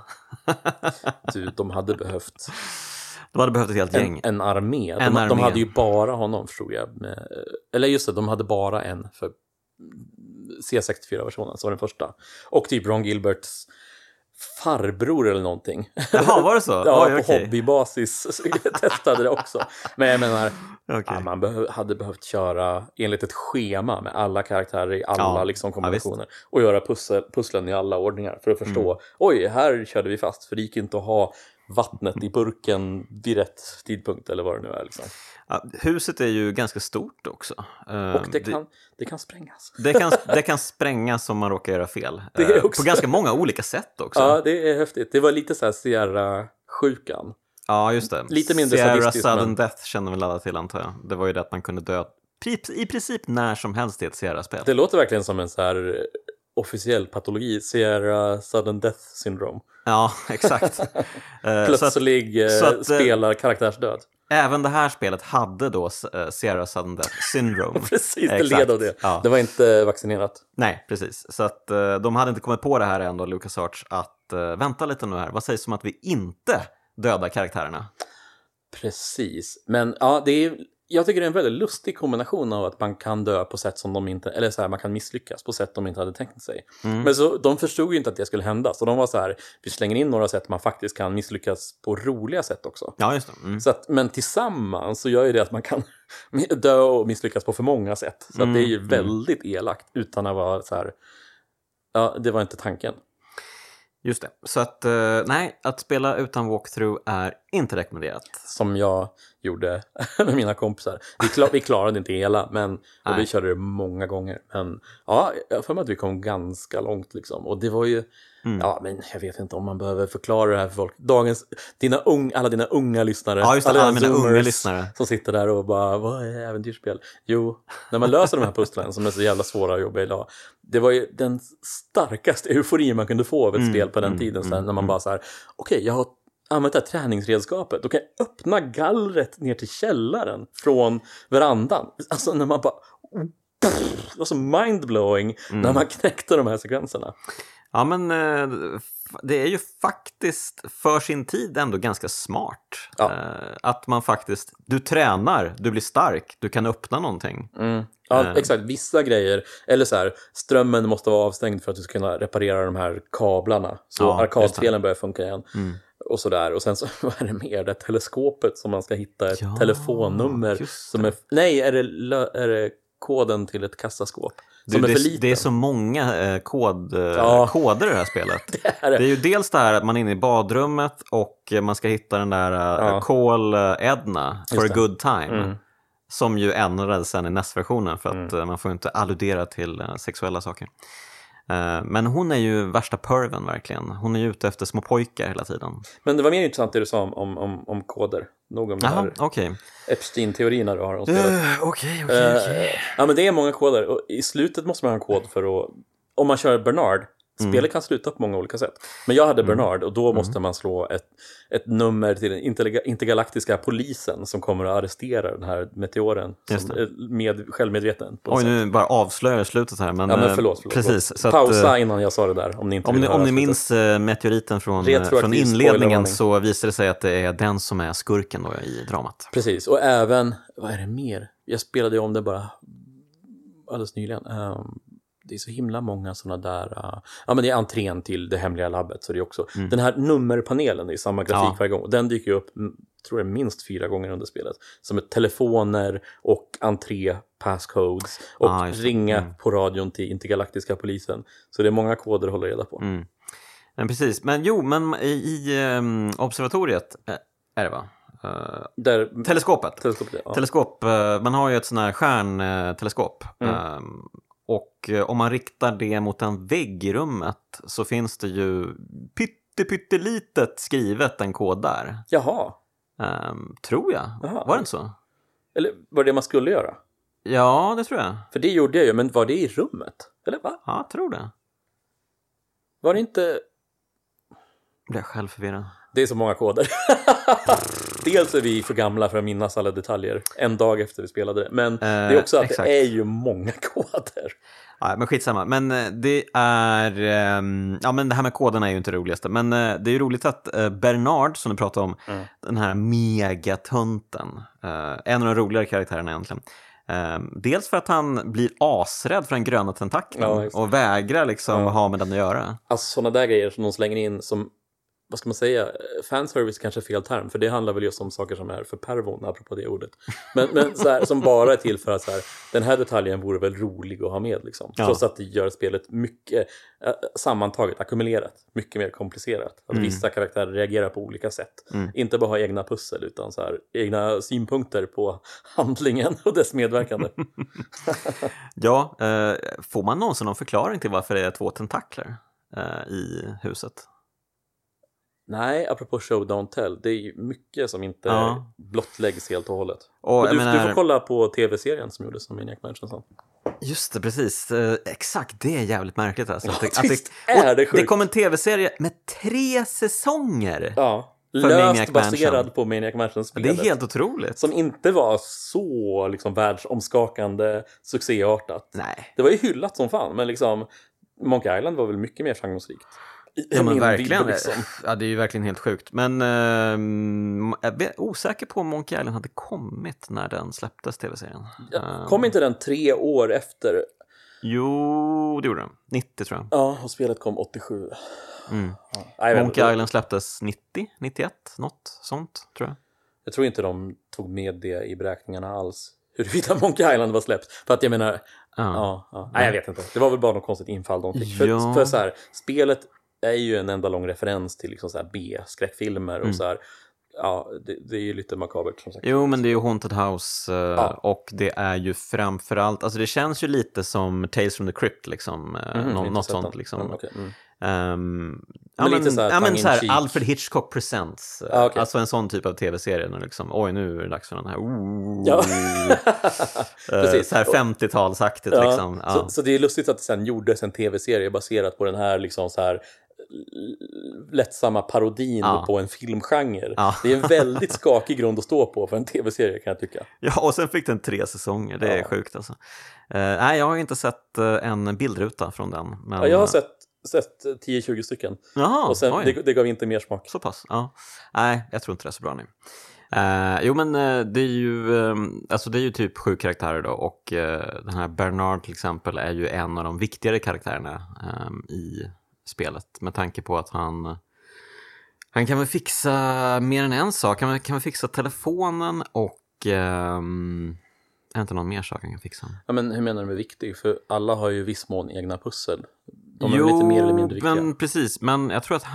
De hade behövt... De hade behövt ett helt gäng. En armé. De hade ju bara honom, förstod jag. Eller just det, de hade bara en för C64-versionen, så var den första. Och typ Ron Gilberts farbror eller någonting. Jaha, var det så? Ja, på hobbybasis testade det också. Men jag menar, man hade behövt köra enligt ett schema med alla karaktärer i alla liksom kombinationer. Och göra pusslen i alla ordningar för att förstå, oj, här körde vi fast. För det gick inte att ha vattnet i burken vid rätt tidpunkt eller vad det nu är liksom. Ja, huset är ju ganska stort också. Och det kan sprängas. Det kan sprängas om man råkar göra fel. På ganska många olika sätt också. Ja, det är häftigt. Det var lite så här Sierra-sjukan. Ja, just det. Lite mindre Sierra sadistiskt. Sudden Death känner väl alla till, antar jag. Det var ju det att man kunde dö i princip när som helst i ett Sierra-spel. Det låter verkligen som en så här officiell patologi. Sierra Sudden Death Syndrome. Ja, exakt. Plötslig spelar karaktärsdöd. Även det här spelet hade då Sierra Sudden Death Syndrome. Precis, det led av det. Ja. Det var inte vaccinerat. Nej, precis. Så att de hade inte kommit på det här ändå, LucasArts, att vänta lite nu här. Vad sägs om att vi inte dödar karaktärerna? Precis. Men ja, jag tycker det är en väldigt lustig kombination av att man kan dö på sätt som de inte, eller så här, man kan misslyckas på sätt de inte hade tänkt sig. Men så de förstod ju inte att det skulle hända, så de var så här, vi slänger in några sätt man faktiskt kan misslyckas på roliga sätt också. Ja, just det. Så att, men tillsammans så gör ju det att man kan dö och misslyckas på för många sätt. Så att det är ju väldigt elakt utan att vara så här, ja, det var inte tanken. Just det. Så att nej, att spela utan walkthrough är inte rekommenderat. Som jag gjorde med mina kompisar. Vi klarade inte hela, men och vi körde det många gånger. Men ja, jag får mig att vi kom ganska långt liksom. Och det var ju, ja, men jag vet inte om man behöver förklara det här för folk. Alla dina unga lyssnare. Ja, just det, alla mina unga lyssnare. Som sitter där och bara, vad är äventyrsspel? Jo, när man löser de här pusslen som är så jävla svåra att jobba idag. Det var ju den starkaste eufori man kunde få av ett spel på den tiden. Sen, när man bara så här, okej, jag har använt det här träningsredskapet. Då kan jag öppna gallret ner till källaren från verandan. Alltså när man bara... Det var så mindblowing när man knäckte de här sekvenserna. Ja, men det är ju faktiskt för sin tid ändå ganska smart. Ja. Att man faktiskt, du tränar, du blir stark, du kan öppna någonting. Ja, exakt. Vissa grejer, eller så här, strömmen måste vara avstängd för att du ska kunna reparera de här kablarna. Så arkadspelen börjar funka igen. Och sådär. Och sen så, vad är det mer? Det teleskopet som man ska hitta ett telefonnummer. Som är, nej, är det koden till ett kassaskåp? Som är för liten. Det är så många koder i det här spelet. Det är ju dels det här att man är inne i badrummet och man ska hitta den där Call Edna for a good time. Som ju ändrades sen i nästversionen för att man får inte alludera till sexuella saker. Men hon är ju värsta perven verkligen. Hon är ju ute efter små pojkar hela tiden. Men det var mer intressant det du sa om koder. Nog om det här Epstein-teorierna du har om spelet. Okej. Ja, men det är många koder. Och i slutet måste man ha en kod för att... Om man kör Bernard, spelet kan sluta på många olika sätt. Men jag hade Bernard och då måste man slå ett nummer till den intergalaktiska polisen som kommer att arrestera den här meteoren som är självmedveten. Oj, nu bara avslöjar slutet här. Men, förlåt. Precis. Så pausa innan jag sa det där. Om ni minns meteoriten från inledningen så visar det sig att det är den som är skurken då i dramat. Precis, och även, vad är det mer? Jag spelade ju om det bara alldeles nyligen. Det är så himla många sådana där... ja, men det är entrén till det hemliga labbet. Så det är också... Den här nummerpanelen, det är samma grafik varje gång. Den dyker upp, tror jag, minst 4 gånger under spelet. Som är telefoner och entré passcodes. Och ringa på radion till intergalaktiska polisen. Så det är många koder att hålla reda på. Men precis. Men i observatoriet är det va? Teleskopet. Teleskop. Man har ju ett sån här stjärnteleskop. Och om man riktar det mot en vägg i rummet så finns det ju pyttelitet skrivet en kod där. Jaha. Tror jag. Jaha. Var det inte så? Eller var det man skulle göra? Ja, det tror jag. För det gjorde jag ju, men var det i rummet? Eller va? Ja, jag tror det. Var det inte... Blir jag själv förvirrad? Det är så många koder. Dels är vi för gamla för att minnas alla detaljer en dag efter vi spelade det. Men det är också att det är ju många koder. Ja, men skitsamma. Men det är... ja, men det här med koderna är ju inte det roligaste. Men det är ju roligt att Bernard, som du pratade om, den här megatunten, en av de roligare karaktärerna egentligen. Dels för att han blir asrädd för den gröna tentakeln och vägrar liksom ha med den att göra. Alltså sådana där grejer som de slänger in som... Vad ska man säga? Fanservice kanske är fel term. För det handlar väl just om saker som är för pervon, apropå det ordet. Men så här, som bara är till för att så här, den här detaljen vore väl rolig att ha med. Liksom. Trots att det gör spelet mycket sammantaget, ackumulerat. Mycket mer komplicerat. Att vissa karaktärer reagerar på olika sätt. Inte bara ha egna pussel utan så här, egna synpunkter på handlingen och dess medverkande. Ja, får man någonsin någon förklaring till varför det är 2 tentakler i huset? Nej, apropå show don't tell. Det är ju mycket som inte blottläggs helt och hållet. Och du får kolla på tv-serien som gjordes som Maniac Mansion. Just det, precis. Exakt, det är jävligt märkligt alltså. Det kom en tv-serie med 3 säsonger. Ja, löst baserad på Maniac Mansion-spelet. Det är helt otroligt. Som inte var så liksom världsomskakande, succéartat. Nej. Det var ju hyllat som fan, men liksom Monkey Island var väl mycket mer framgångsrikt. Ja, men verkligen. Liksom. Ja, det är ju verkligen helt sjukt. Men jag är osäker på om Monkey Island hade kommit när den släpptes, tv-serien. Kom inte den 3 år efter? Jo, det gjorde den. 90 tror jag. Ja, och spelet kom 87. Monkey Island släpptes 90, 91, något sånt tror jag. Jag tror inte de tog med det i beräkningarna alls. Huruvida Monkey Island var släppt. För att jag menar... Nej, jag vet inte. Det var väl bara något konstigt infall de fick. För så här, spelet är ju en enda lång referens till liksom så här B-skräckfilmer och så här. ja, det är ju lite makabert som sagt. Jo, men det är ju Haunted House och det är ju framförallt, alltså det känns ju lite som Tales from the Crypt liksom, något sånt liksom. Okay. Men så här, Alfred Hitchcock Presents, okay. Alltså en sån typ av tv-serie liksom, oj nu är det dags för den här så här 50-talsaktigt liksom. Så det är lustigt att det sen gjordes en tv-serie baserat på den här liksom så här lättsamma parodin på en filmgenre. Det är en väldigt skakig grund att stå på för en tv-serie, kan jag tycka. Ja, och sen fick den 3 säsonger, det är sjukt alltså. Nej, jag har inte sett en bildruta från den. Men... jag har sett 10-20 stycken. Jaha, och sen det gav inte mer smak. Så pass, ja. Nej, jag tror inte det är så bra nu. Jo, men det är ju typ 7 karaktärer då, och den här Bernard till exempel är ju en av de viktigare karaktärerna i spelet, med tanke på att han kan väl fixa mer än en sak. Han kan väl fixa telefonen och är inte någon mer sak han kan fixa. Ja, men hur menar du med viktig? För alla har ju viss mån egna pussel. De är lite mer eller mindre viktiga. Men precis, men jag tror att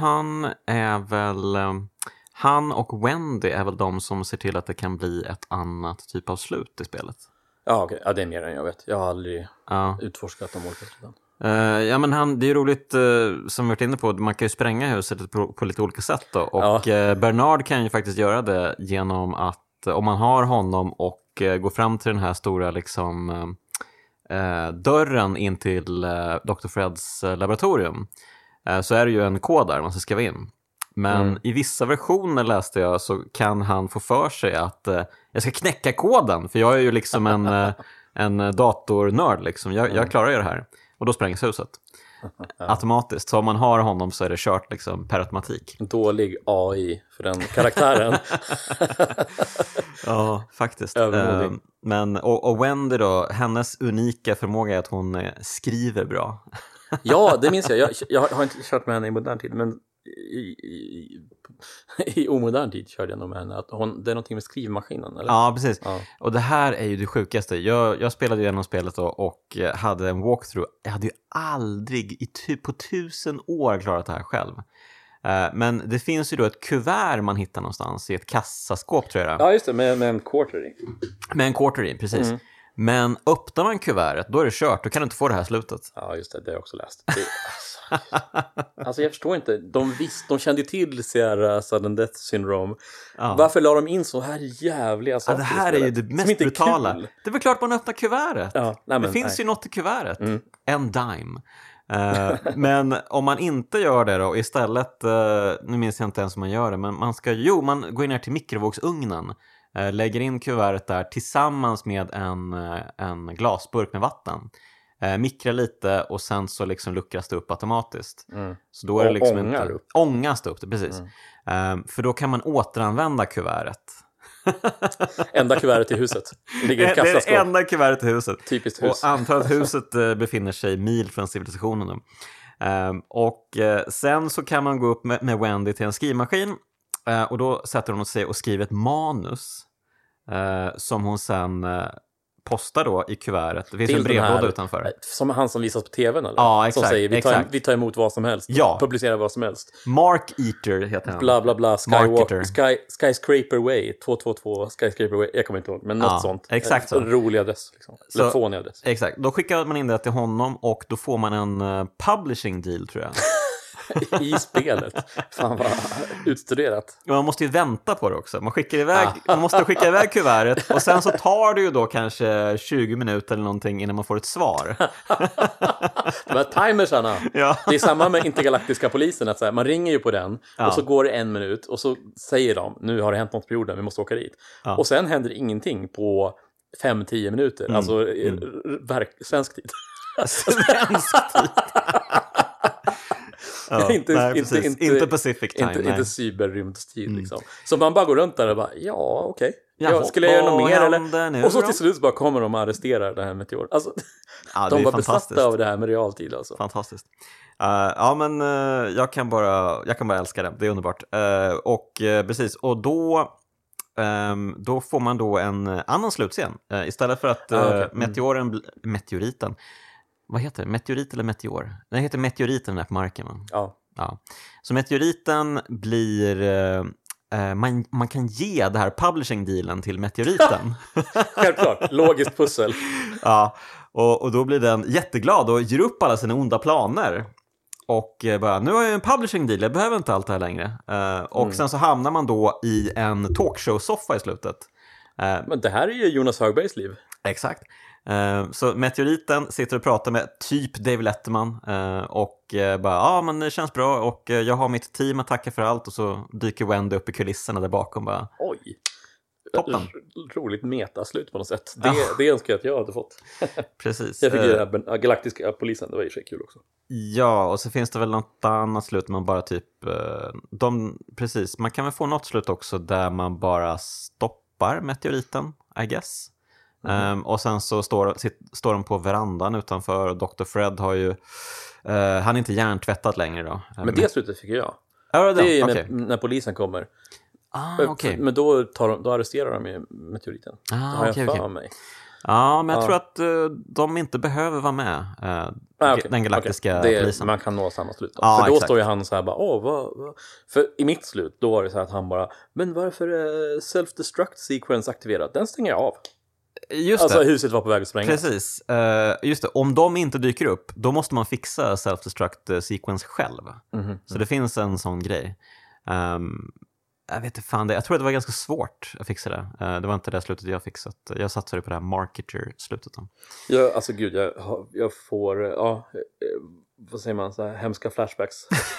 han och Wendy är väl de som ser till att det kan bli ett annat typ av slut i spelet. Ja, okej. Ja, det är mer än jag vet. Jag har aldrig utforskat de olika sluten. Ja, men det är ju roligt som vi varit inne på, man kan ju spränga huset på lite olika sätt då. Och Bernard kan ju faktiskt göra det genom att om man har honom och går fram till den här stora liksom dörren in till Dr. Freds laboratorium, så är det ju en kod där man ska skriva in. Men i vissa versioner läste jag så kan han få för sig att jag ska knäcka koden, för jag är ju liksom en datornörd liksom. Jag klarar ju det här. Och då sprängs huset. Automatiskt. Så om man har honom så är det kört liksom per automatik. Dålig AI för den karaktären. Ja, faktiskt. Men, och Wendy då, hennes unika förmåga är att hon skriver bra. Ja, det minns jag. Jag har inte kört med henne i modern tid, men i omodern tid körde jag nog med henne. Att det är någonting med skrivmaskinen, eller? Ja, precis. Ja. Och det här är ju det sjukaste. Jag spelade igenom spelet då och hade en walkthrough. Jag hade ju aldrig på 1000 år klarat det här själv. Men det finns ju då ett kuvert man hittar någonstans i ett kassaskåp, tror jag. Ja, just det, med en quarter i. Med en quarter i, precis. Men öppnar man kuvertet, då är det kört. Då kan du inte få det här slutet. Ja, just det. Det har jag också läst. Alltså jag förstår inte. De kände ju till Sierra Sudden Death Syndrome. Varför la de in så här jävliga saker? Det här är ju det mest brutala. Kul. Det är väl klart man öppnar kuvertet. Det finns ju något i kuvertet. En dime. Men om man inte gör det då, istället, nu minns jag inte ens om man gör det, men man går ner till mikrovågsugnen, lägger in kuvertet där tillsammans med en glasburk med vatten. Mikra lite och sen så liksom luckras det upp automatiskt. Så då är det liksom ångas det upp det, precis. För då kan man återanvända kuvertet. Enda kuvertet i huset. Ligger i kassaskåp. Det är enda kuvertet i huset. Typiskt hus. Och antar att huset befinner sig mil från civilisationen. Och sen så kan man gå upp med Wendy till en skrivmaskin. Och då sätter hon sig och skriver ett manus som hon sen postar då i kuvertet. Det finns en brevlåda utanför. Som han som visas på tvn, eller? Ja, exakt. Som säger, vi tar emot vad som helst. Publicerar vad som helst. Mark Eater heter han. Bla bla bla, Skyscraper Way 222 Skyscraper Way, jag kommer inte ihåg, men något sånt. Exakt så. En rolig adress liksom. Eller fånig adress. Exakt, då skickar man in det till honom och då får man en publishing deal, tror jag. I spelet. Fan vad utstuderat. Man måste ju vänta på det också. Man måste skicka iväg kuvertet och sen så tar det ju då kanske 20 minuter eller någonting innan man får ett svar. De här timersarna. Ja. Det är samma med intergalaktiska polisen, att så här, man ringer ju på den och så går det 1 minut och så säger de, nu har det hänt något på jorden, vi måste åka dit. Och sen händer ingenting på 5-10 minuter. Alltså svensk tid. Svensk tid. Ja, inte Pacific time. Inte cyberrymdstid liksom. Så man bara går runt där och bara, okej. Skulle jag göra något mer eller? Nu, och så till slut bara kommer de och arresterar den här meteor. Alltså, de var besatta av det här med realtid alltså. Fantastiskt. Men jag kan bara älska det. Det är underbart. Precis, och då får man då en annan slutscen. Istället för att meteoriten. Vad heter det? Meteorit eller meteor? Den heter meteoriten där på marken. Ja. Så meteoriten blir man kan ge det här publishing-dealen till Meteoriten. Självklart, logiskt pussel. Ja, och då blir den jätteglad och ger upp alla sina onda planer. Och bara, nu har jag en publishing deal, jag behöver inte allt det här längre. Och sen så hamnar man då i en talkshow-soffa i slutet. Men det här är ju Jonas Högbergs liv. Exakt. Så Meteoriten sitter och pratar med typ David Letterman och bara, men det känns bra och jag har mitt team att tacka för allt, och så dyker Wendy upp i kulisserna där bakom bara. Oj. Toppen. Roligt metaslut på något sätt. Det önskar jag att jag hade fått. Precis. Jag fick ju den här galaktiska polisen, det var ju så kul också. Ja, och så finns det väl något annat slut man bara typ precis, man kan väl få något slut också där man bara stoppar Meteoriten, I guess. Och sen så står de på verandan utanför, och Dr. Fred har ju han är inte hjärntvättat längre då. Men det slutet fick jag. Ja, det är ju okay. när polisen kommer. Okay. Men då arresterar de ju Meteoriten. Det har jag för mig. Ja, men jag tror att de inte behöver vara med. Den galaktiska polisen. Man kan nå samma slut då. För då exakt. Står ju han så här bara, vad? För i mitt slut, då var det så här att han bara, men varför är self-destruct sequence aktiverad? Den stänger jag av. Just alltså det. Huset var på väg att sprängas. Precis, just det. Om de inte dyker upp, då måste man fixa self-destruct sequence själv. Så det finns en sån grej. Jag vet inte fan det. Jag tror att det var ganska svårt att fixa det. Det var inte det slutet jag fixat. Jag satsade på det här marketer-slutet. Ja, alltså gud, jag får, vad säger man, så här, hemska flashbacks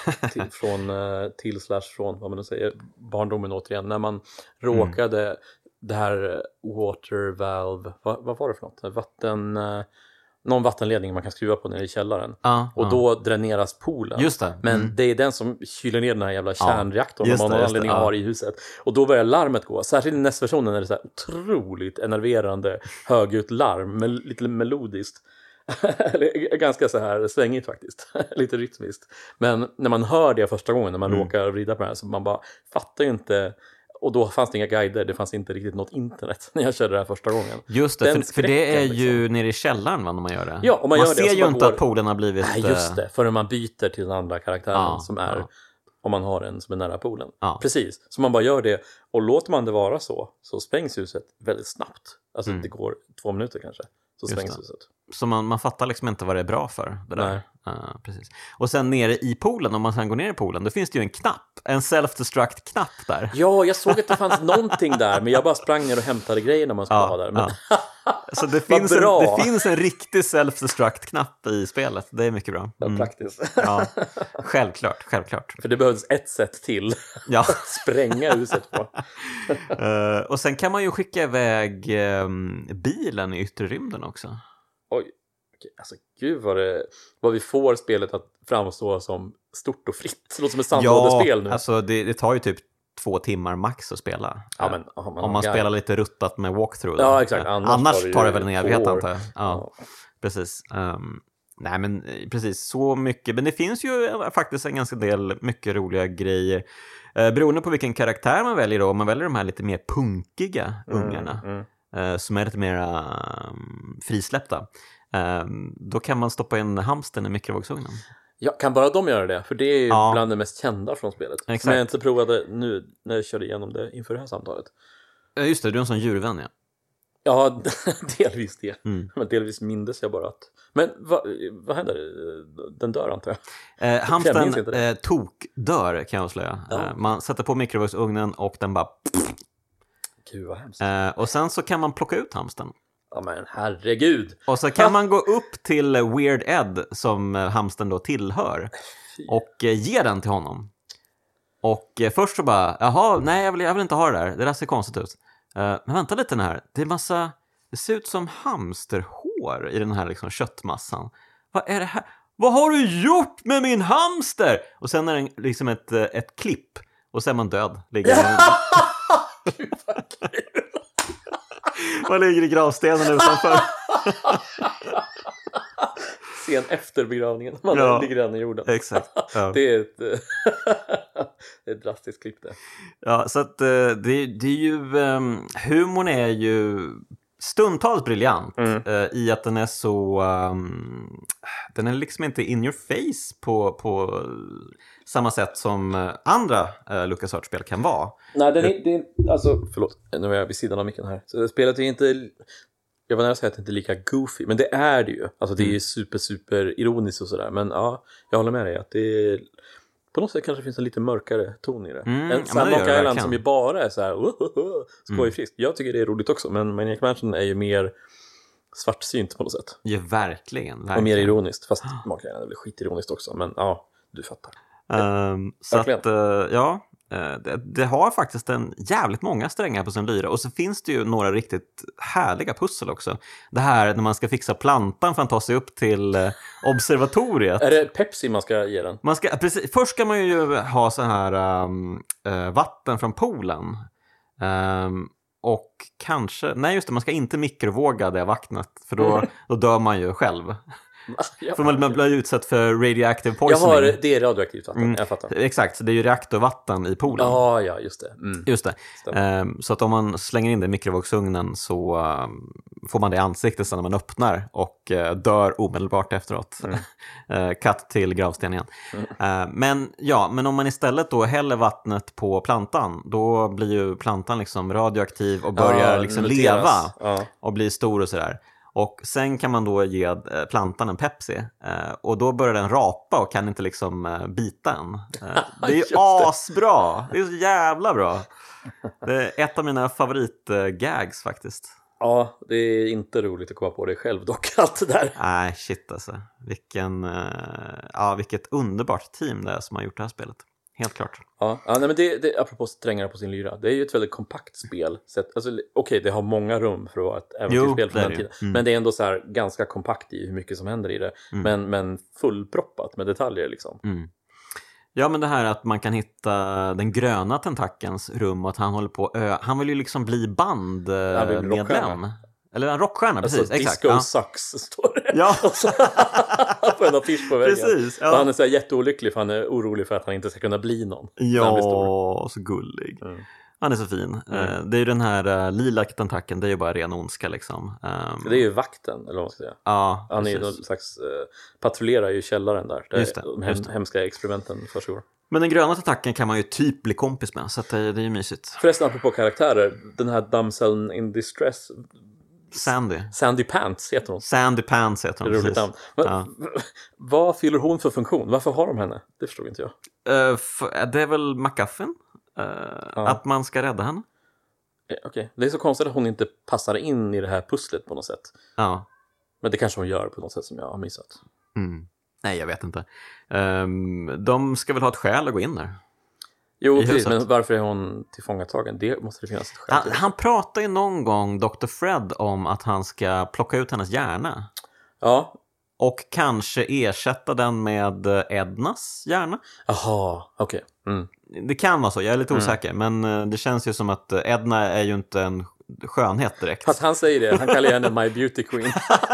från vad man nu säger, barndomen återigen. När man råkade det här water valve, vad var det för något? Någon vattenledning man kan skruva på nere i källaren. Och då dräneras poolen. Just det. Men det är den som kyler ner den här jävla kärnreaktorn man någon anledning har i huset. Och då börjar larmet gå. Särskilt i nästversionen är det så här otroligt enerverande högljutt larm, men lite melodiskt. Ganska så här svängigt faktiskt. Lite rytmiskt. Men när man hör det första gången, när man råkar vrida på det här, så man bara fattar ju inte. Och då fanns det inga guider, det fanns inte riktigt något internet när jag körde det här första gången. Just det, för det är ju nere i källaren när man gör det. Ja, och man ser det, ju inte att poolen har blivit... Nej, just det, förrän man byter till den andra karaktären som är, om man har en som är nära poolen. Precis, så man bara gör det, och låter man det vara så sprängs huset väldigt snabbt. Alltså det går 2 minuter kanske, så sprängs huset. Så man fattar liksom inte vad det är bra för det där. Precis. Och sen nere i poolen, om man sen går ner i poolen, då finns det ju en knapp, en self-destruct-knapp där. Ja, jag såg att det fanns någonting där, men jag bara sprang ner och hämtade grejer när man skulle ha där. Men... Så det finns en riktig self-destruct-knapp i spelet, det är mycket bra. Praktiskt. Självklart. För det behövs ett sätt till att spränga huset på. Och sen kan man ju skicka iväg bilen i yttre rymden också. Oj, alltså gud vad vi får spelet att framstå som stort och fritt. Det låter som ett sandlådespel nu. Alltså det tar ju typ 2 timmar max att spela. Om man spelar lite ruttat med walkthrough. Ja, exakt. Annars tar det väl en evighet, antar jag. Ja, precis. Nej, men precis, så mycket. Men det finns ju faktiskt en ganska del mycket roliga grejer. Beroende på vilken karaktär man väljer då. Om man väljer de här lite mer punkiga ungarna. Som är lite mer frisläppta. Då kan man stoppa in hamstern i mikrovågsugnen. Ja, kan bara de göra det? För det är ju bland det mest kända från spelet. Exakt. Som jag inte provade nu när jag körde igenom det inför det här samtalet. Just det, du är en sån djurvän, ja. Ja, delvis det. Men delvis mindes jag bara att... Men vad händer? Den dör, antar jag. Hamstern dör, kan jag avslöja. Man sätter på mikrovågsugnen och den bara... Gud, vad hemskt. Och sen så kan man plocka ut hamstern. Ja, men herregud. Och så kan man gå upp till Weird Ed, som hamstern då tillhör, och ge den till honom. Och först så bara, jaha, nej, jag vill inte ha det där. Det där ser konstigt ut. Men vänta lite här. Det ser ut som hamsterhår i den här liksom köttmassan. Vad är det här? Vad har du gjort med min hamster? Och sen är det liksom ett klipp. Och sen är man död. Gud, vad kul. Man ligger i gravstenen utanför. Sen efter begravningen. Man ligger redan i jorden. Exakt. Ja. Det är ett drastiskt klipp det. Ja, så att det är ju... humorn är ju stundtals briljant i att den är så... den är liksom inte in your face på samma sätt som andra LucasArts-spel kan vara. Nej, det är alltså, förlåt, nu är jag vid sidan av micken här. Så spelet är inte... Jag var nära att säga att det inte är lika goofy, men det är det ju. Alltså det är ju super ironiskt och sådär. Men ja, jag håller med dig att det är... På något sätt kanske finns en lite mörkare ton i det. En sån Monkey Island som ju bara är så här skojfriskt. Jag tycker det är roligt också, men Maniac Mansion är ju mer svartsynt på något sätt. Ja, verkligen. Och mer ironiskt, fast Monkey Island är väl skitironiskt också. Men ja, du fattar. Så att, det har faktiskt en jävligt många strängar på sin lyra. Och så finns det ju några riktigt härliga pussel också. Det här när man ska fixa plantan för att ta sig upp till observatoriet. Är det Pepsi man ska ge den? Precis, först ska man ju ha så här vatten från poolen. Och kanske, nej just det, man ska inte mikrovåga det vattnet. För då dör man ju själv. För man blir utsatt för radioactive poisoning. Det är radioaktivt vatten, jag fattar. Exakt, så det är ju reaktorvatten i poolen. Ja, just det. Just det. Så att om man slänger in det i mikrovågsugnen så får man det i ansiktet sen när man öppnar och dör omedelbart efteråt. Katt till gravsten igen. Men om man istället då häller vattnet på plantan, då blir ju plantan liksom radioaktiv och börjar liksom leva och blir stor och sådär. Och sen kan man då ge plantan en Pepsi. Och då börjar den rapa och kan inte liksom bita en. Det är ju asbra. Det är så jävla bra. Det är ett av mina favoritgags faktiskt. Ja, det är inte roligt att komma på det själv dock, allt det där. Nej, shit alltså. Vilket underbart team det är som har gjort det här spelet. Helt klart. Ja, nej, men det apropå strängar på sin lyra. Det är ju ett väldigt kompakt spel. Alltså, okej, det har många rum för att vara ett äventyrsspel från den tiden. Men det är ändå så här ganska kompakt i hur mycket som händer i det. Men fullproppat med detaljer liksom. Ja, men det här att man kan hitta den gröna tentakens rum och att han håller på han vill ju liksom bli bandmedlem. Eller en rockstjärna, precis. Alltså, exakt. Disco sucks, står det. Ja. På en affisch på väggen. Precis, ja. Och han är så här jätteolycklig för han är orolig för att han inte ska kunna bli någon. Ja, så gullig. Han är så fin. Det är ju den här lila tentaken, det är ju bara ren ondska liksom. Det är ju vakten, eller vad man ska säga. Ja, han är ju någon slags patrullerar ju källaren där. Just det. De hemska experimenten försiggår. Men den gröna tentaken kan man ju typ bli kompis med, så att det är ju mysigt. Förresten, apropå karaktärer, den här damseln in distress... Sandy Pants heter hon. Sandy Pants heter hon. Det är roligt namn. Vad fyller hon för funktion? Varför har de henne? Det förstår inte jag. Det är väl MacGuffin? Att man ska rädda henne. Okej. Det är så konstigt att hon inte passar in i det här pusslet på något sätt. Ja. Men det kanske hon gör på något sätt som jag har missat. Nej, jag vet inte. De ska väl ha ett skäl att gå in där. Jo, precis, men varför är hon tillfångatagen? Det måste det finnas ett skäl. Han pratar ju någon gång, Dr. Fred, om att han ska plocka ut hennes hjärna. Ja. Och kanske ersätta den med Ednas hjärna. Jaha, okej. Det kan vara så, jag är lite osäker. Men det känns ju som att Edna är ju inte en skönhet direkt. Fast han säger det, han kallar henne My Beauty Queen.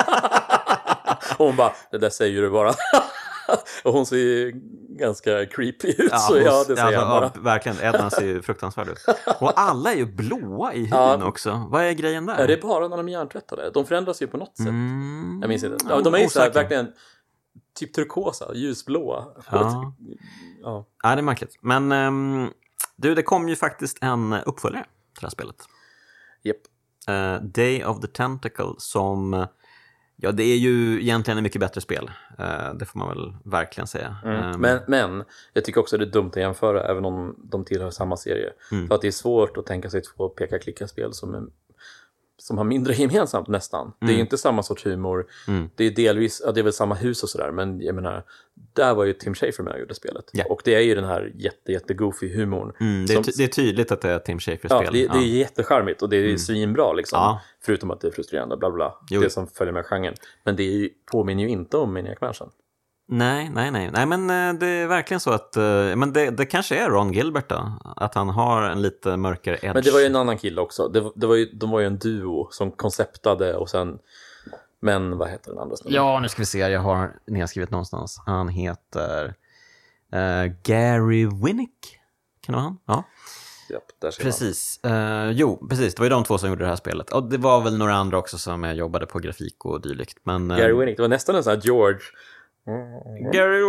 Och hon bara, det där säger du bara. Och hon ser ju ganska creepy ut. Ja, så det säger jag bara. Ja, verkligen, Edna ser ju fruktansvärd ut. Och alla är ju blåa i hyn också. Vad är grejen där? Är det bara när de är hjärntvättade? De förändras ju på något sätt. Jag minns inte. Ja, de är ju så här, verkligen typ turkosa, ljusblåa. Ja, det är märkligt. Men det kom ju faktiskt en uppföljare till det här spelet. Japp. Day of the Tentacle som... Ja, det är ju egentligen ett mycket bättre spel. Det får man väl verkligen säga. Men jag tycker också att det är dumt att jämföra, även om de tillhör samma serie. För att det är svårt att tänka sig två peka-klicka-spel som har mindre gemensamt nästan. Det är ju inte samma sorts humor. Det är delvis, det är väl samma hus och sådär. Men jag menar, där var ju Tim Schafer med och gjorde spelet. Yeah. Och det är ju den här jätte-goofy humorn. Det är tydligt att det är Tim Schafer-spel. Ja, det är jättecharmigt och det är svinbra liksom. Ja. Förutom att det är frustrerande, bla bla. Det som följer med genren. Men det påminner ju inte om Maniac Mansion. Nej, men det är verkligen så att men det kanske är Ron Gilbert då, att han har en lite mörkare edge. Men det var ju en annan kille också. De var ju en duo som konceptade och sen, men vad heter den andra snubben? Ja, nu ska vi se, jag har nedskrivet någonstans. Han heter Gary Winnick. Kan det vara han? Ja. Japp, där ser Precis. Jo, precis. Det var ju de två som gjorde det här spelet. Och det var väl några andra också som jobbade på grafik och dylikt. Men, Gary Winnick, det var nästan en sån här George. Gary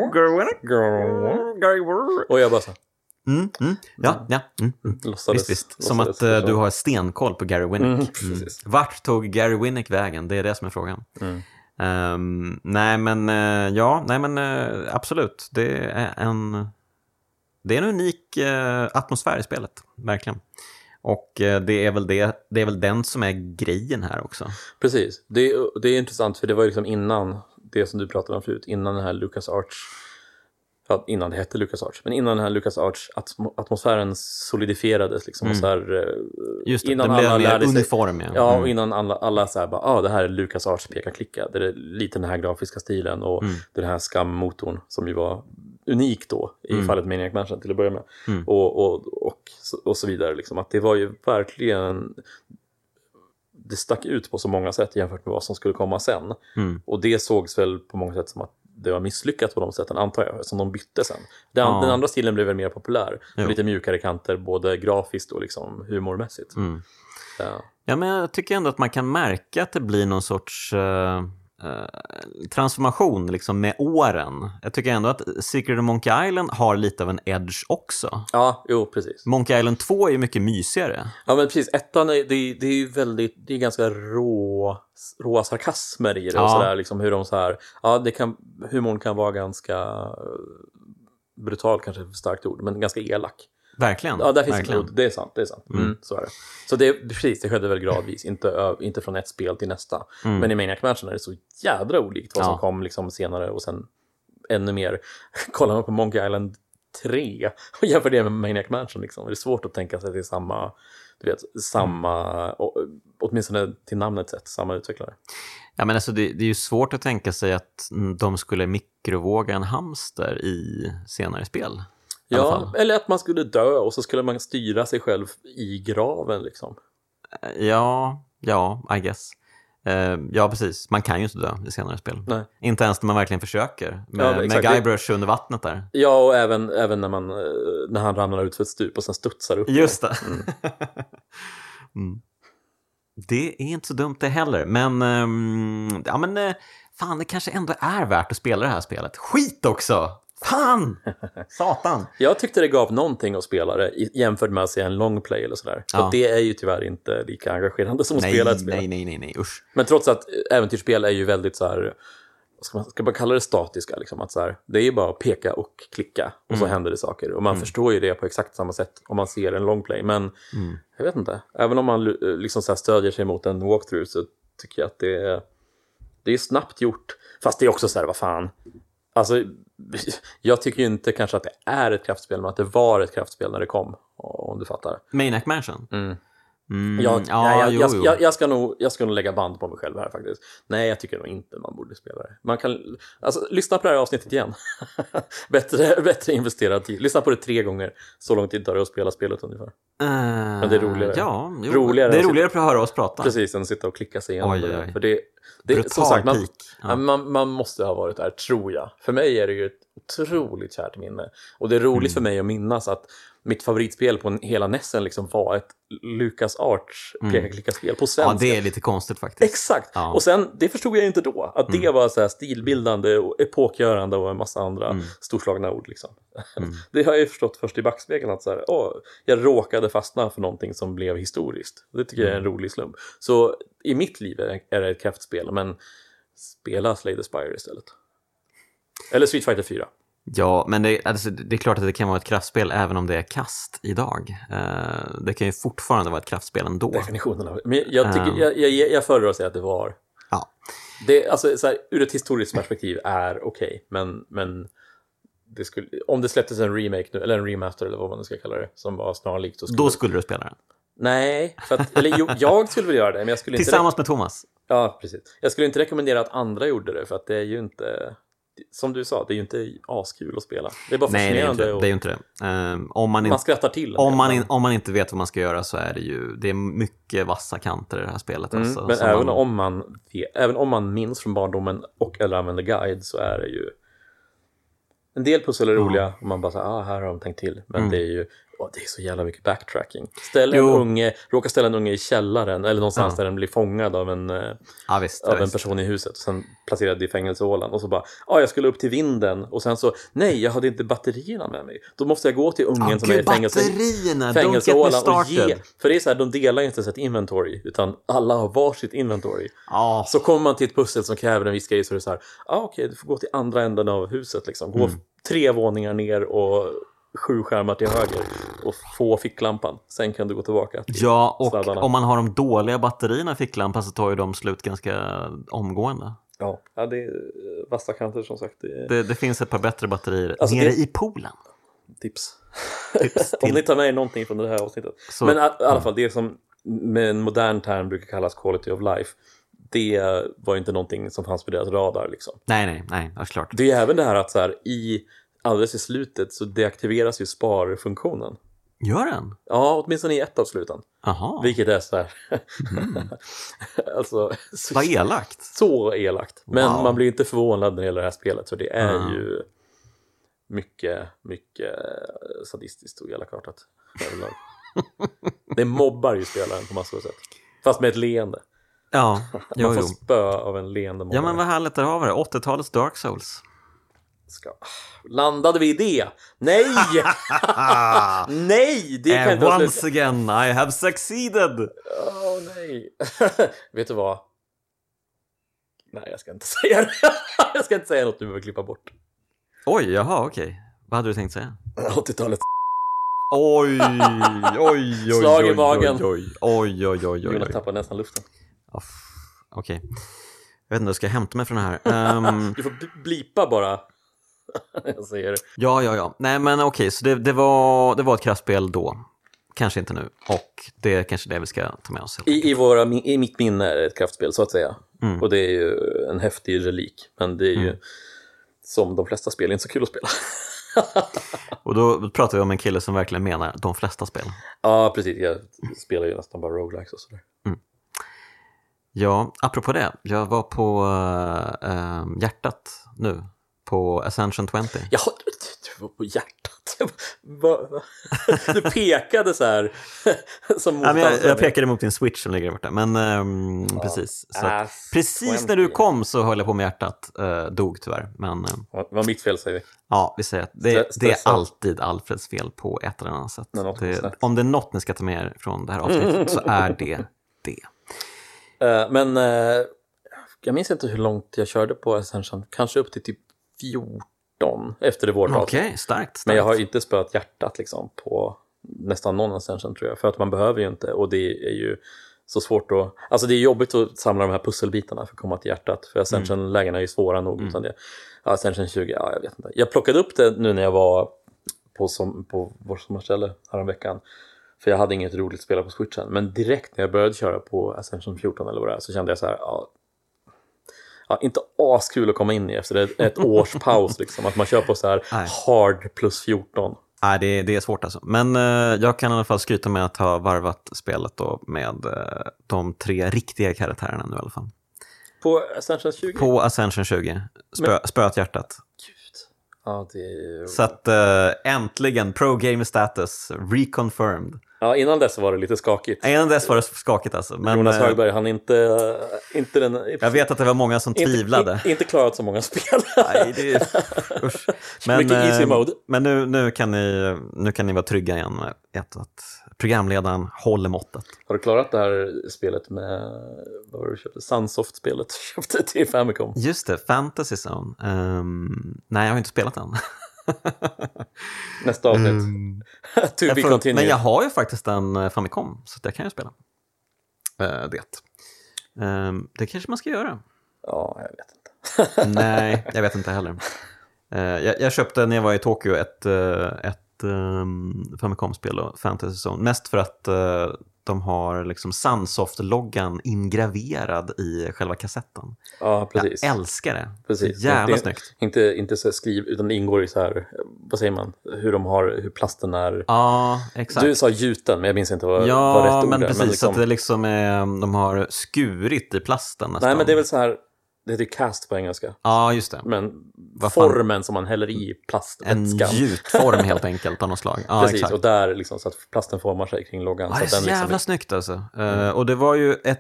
Winnick. Och jag bara så. Ja. Visst. Som att du har stenkoll på Gary Winnick. Vart tog Gary Winnick vägen? Det är det som är frågan. Absolut. Det är en unik atmosfär i spelet, verkligen. Och det är väl den som är grejen här också. Precis. Det är intressant, för det var liksom innan det som du pratade om förut, innan den här LucasArts, innan det hette LucasArts, men innan den här LucasArts atmosfären solidifierades liksom, och så här, just det, innan det blev alla mer lärde sig, uniform. och innan alla så här bara, det här är LucasArts peka-klicka, det är lite den här grafiska stilen och den här SCUM-motorn som ju var unik då i fallet Maniac Mansion till att börja med, och så vidare liksom, att det var ju verkligen, det stack ut på så många sätt jämfört med vad som skulle komma sen. Och det sågs väl på många sätt som att det var misslyckat på de sätten, antar jag, som de bytte sen. Den andra stilen blev väl mer populär. Lite mjukare kanter, både grafiskt och liksom humormässigt. Ja, men jag tycker ändå att man kan märka att det blir någon sorts transformation liksom med åren. Jag tycker ändå att Secret of Monkey Island har lite av en edge också. Ja, jo, precis. Monkey Island 2 är ju mycket mysigare. Ja, men precis. Ettan det är ju väldigt, det är ganska råa sarkasmer i det och sådär, liksom hur de så här, humorn kan vara ganska brutal, kanske ett starkt ord, men ganska elak. Verkligen. Ja, där finns det. Det är sant. Så är det. Så det skedde väl gradvis, inte från ett spel till nästa. Men i Maniac Mansion är det så jädra olikt vad som kom liksom senare, och sen ännu mer. Kollar man på Monkey Island 3 och jämför det med Maniac Mansion liksom, är det svårt att tänka sig att det är samma, åtminstone till namnet sett, samma utvecklare. Ja, men alltså det är ju svårt att tänka sig att de skulle mikrovåga en hamster i senare spel. Ja, eller att man skulle dö och så skulle man styra sig själv i graven liksom. Ja, I guess. Ja, precis. Man kan ju inte dö i senare spel. Nej. Inte ens när man verkligen försöker. Med Guybrush under vattnet där. Ja, och även när han ramlar ut för ett stup och sen studsar upp. Just det. Det är inte så dumt det heller. Men, fan, det kanske ändå är värt att spela det här spelet. Skit också! Fan! Satan! Jag tyckte det gav någonting att spela det jämfört med att se en long play eller sådär. Och det är ju tyvärr inte lika engagerande som att spela ett spel. Nej, usch. Men trots att äventyrsspel är ju väldigt så här, ska man kalla det statiska liksom, att så här, det är ju bara att peka och klicka och så händer det saker. Och man förstår ju det på exakt samma sätt om man ser en long play. Men jag vet inte, även om man liksom så här stödjer sig mot en walkthrough, så tycker jag att det är snabbt gjort. Fast det är också så här, vad fan. Alltså, jag tycker ju inte kanske att det är ett kraftspel, men att det var ett kraftspel när det kom, om du fattar. Maniac Mansion? Jag ska nog lägga band på mig själv här faktiskt. Nej, jag tycker nog inte man borde spela det. Man kan, alltså, lyssna på det här avsnittet igen. bättre investerad tid. Lyssna på det 3 gånger. Så lång tid tar det att spela spelet ungefär. Men det är roligare. Det är roligare att höra oss prata. Precis, än att sitta och klicka sig igenom det. För det som sagt, man måste ha varit där, tror jag. För mig är det ju ett otroligt kärt minne. Och det är roligt för mig att minnas att mitt favoritspel på hela Nessen liksom var ett LucasArts peka-klicka-spel på svenska. Ja, det är lite konstigt faktiskt. Exakt. Ja. Och sen, det förstod jag inte då. Att det var så här stilbildande och epokgörande och en massa andra storslagna ord liksom. Det har jag ju förstått först i backspegeln, att så här, jag råkade fastna för någonting som blev historiskt. Det tycker jag är en rolig slump. Så i mitt liv är det ett kraftspel, men spela Slay the Spire istället. Eller Street Fighter 4. Ja, men det är klart att det kan vara ett kraftspel även om det är kast idag. Det kan ju fortfarande vara ett kraftspel ändå. Definitionen av. Men jag föredrar att säga att det var. Ja. Det, alltså, så här, ur ett historiskt perspektiv är okej, men det skulle, om det släpptes en remake nu, eller en remaster eller vad man ska kalla det, som var snarlikt, då skulle du spela den. Nej, jag skulle vilja göra det, men jag skulle tillsammans med Thomas. Ja, precis. Jag skulle inte rekommendera att andra gjorde det, för att det är ju inte, som du sa, det är ju inte askul att spela. Det är bara fascinerande. Nej, det är ju inte det. Man skrattar till. Om man inte vet vad man ska göra, så är det är mycket vassa kanter i det här spelet. Alltså, men även om man minns från barndomen eller använder guide, så är det ju en del pussel är roliga och man bara säger, här har de tänkt till. Men det är ju, det är så jävla mycket backtracking. Råkar ställa en unge i källaren eller någonstans där den blir fångad av en person i huset och sen placerad i fängelsehålan och så bara, jag skulle upp till vinden och sen så, nej, jag hade inte batterierna med mig. Då måste jag gå till ungen som är i fängelsehålan och ge, för det är så här, de delar inte ett inventory utan alla har varsitt inventory. Så kommer man till ett pussel som kräver en viss grej så är det så här, okej, du får gå till andra änden av huset liksom. Gå 3 våningar ner och 7 skärmar till höger och få ficklampan. Sen kan du gå tillbaka till och om man har de dåliga batterierna i ficklampan så tar ju de slut ganska omgående. Ja, det är vassa kanter som sagt. Det finns ett par bättre batterier nere i poolen. Tips om ni tar med er någonting från det här avsnittet. Men i alla fall, det som med en modern term brukar kallas quality of life, det var inte någonting som fanns på deras radar liksom. Nej, det är klart. Det är även det här att så här, alldeles i slutet så deaktiveras ju sparfunktionen. Gör den? Ja, åtminstone i ett av sluten. Aha. Vilket är så här alltså, vad elakt. Så elakt. Men man blir inte förvånad när det gäller det här spelet, så det är ju mycket sadistiskt och elakartat. Det mobbar ju spelaren på massor av sätt. Fast med ett leende. Ja, man får spö av en leende mobbare. Ja, men vad härligt det har varit. 80-talets Dark Souls. Landade vi i det? Nej! Nej! Det kan inte once again, I have succeeded! Nej. Vet du vad? Nej, jag ska inte säga det. Jag ska inte säga något du behöver klippa bort. Oj, jaha, okej. Vad hade du tänkt säga? 80-talet. Oj. Slag i magen. Oj. Jag tappar nästan luften. Okej. Jag vet inte, jag ska hämta mig från det här. Du får blipa bara. Jag säger det. Ja. Nej, men okej, så det var ett kraftspel då. Kanske inte nu. Och det är kanske det vi ska ta med oss. I mitt minne är det ett kraftspel, så att säga. Och det är ju en häftig relik. Men det är ju som de flesta spel inte så kul att spela. Och då pratar vi om en kille som verkligen menar de flesta spel. Ja, precis. Jag spelar ju nästan bara roguelikes och sådär. Ja, apropå det. Jag var på hjärtat nu. På Ascension 20. Ja, du var på hjärtat. Du pekade så här. Som jag pekade mot din Switch som ligger där borta. Men precis. Så precis när du kom så höll jag på med hjärtat. Dog tyvärr. Men, det var mitt fel, säger vi. Ja, vi säger att det är alltid Alfreds fel på ett eller annat sätt. Om det är något ni ska ta med er från det här avsnittet så är det. Men jag minns inte hur långt jag körde på Ascension. Kanske upp till typ 14 efter det vårdagen. Okej, starkt. Men jag har inte spöat hjärtat liksom på nästan någon Ascension, tror jag. För att man behöver ju inte. Och det är ju så svårt att... Alltså det är jobbigt att samla de här pusselbitarna för att komma till hjärtat. För Ascension-lägena är ju svåra nog. Utan det. Ascension 20, jag vet inte. Jag plockade upp det nu när jag var på vår sommarställe häromveckan. För jag hade inget roligt spela på Switchen. Men direkt när jag började köra på Ascension 14 eller vad det är, så kände jag så här... inte askul att komma in i efter ett års paus liksom, att man kör på så här hard plus 14. Nej, det är svårt alltså. Men jag kan i alla fall skryta med att ha varvat spelet då med de 3 riktiga karaktärerna nu i alla fall. På Ascension 20? På Ascension 20. Spöat hjärtat. Gud. Ja, det är ju... Så att äntligen Pro Gamer Status reconfirmed. Ja, innan dess var det lite skakigt. Innan dess var det skakigt alltså. Men, Jonas Högberg, han inte den... Jag vet att det var många som tvivlade. Inte klarat så många spel. Nej, det är... Usch. Mycket easy mode. Men nu kan ni vara trygga igen med att programledaren håller måttet. Har du klarat det här spelet med... Vad var det du köpte? Sunsoft-spelet du köpte till Famicom. Just det, Fantasy Zone. Nej, jag har inte spelat den. Nästa avsnitt. To be continued. Men jag har ju faktiskt en Famicom, så jag kan ju spela det kanske man ska göra. Ja, jag vet inte. Nej, jag vet inte heller. Jag köpte när jag var i Tokyo ett Famicom-spel och Fantasy Zone. Mest för att de har liksom Sunsoft-loggan ingraverad i själva kassetten. Ja, precis. Jag älskar det. Precis. Jävla snyggt. Inte så skriv, utan det ingår i så här, vad säger man, hur plasten är. Ja, exakt. Du sa gjuten, men jag minns inte vad rätt ord är. Men precis, men liksom, att det liksom är, de har skurit i plasten nästan. Nej, men det är väl så här, det heter cast på engelska. Ja, just det. Men formen som man häller i plastvätskan. En gjutform helt enkelt av något slag. Ja, precis, exakt. och där liksom så att plasten formar sig kring loggan. Ja, det är så så att den jävla liksom... snyggt alltså. Och det var ju ett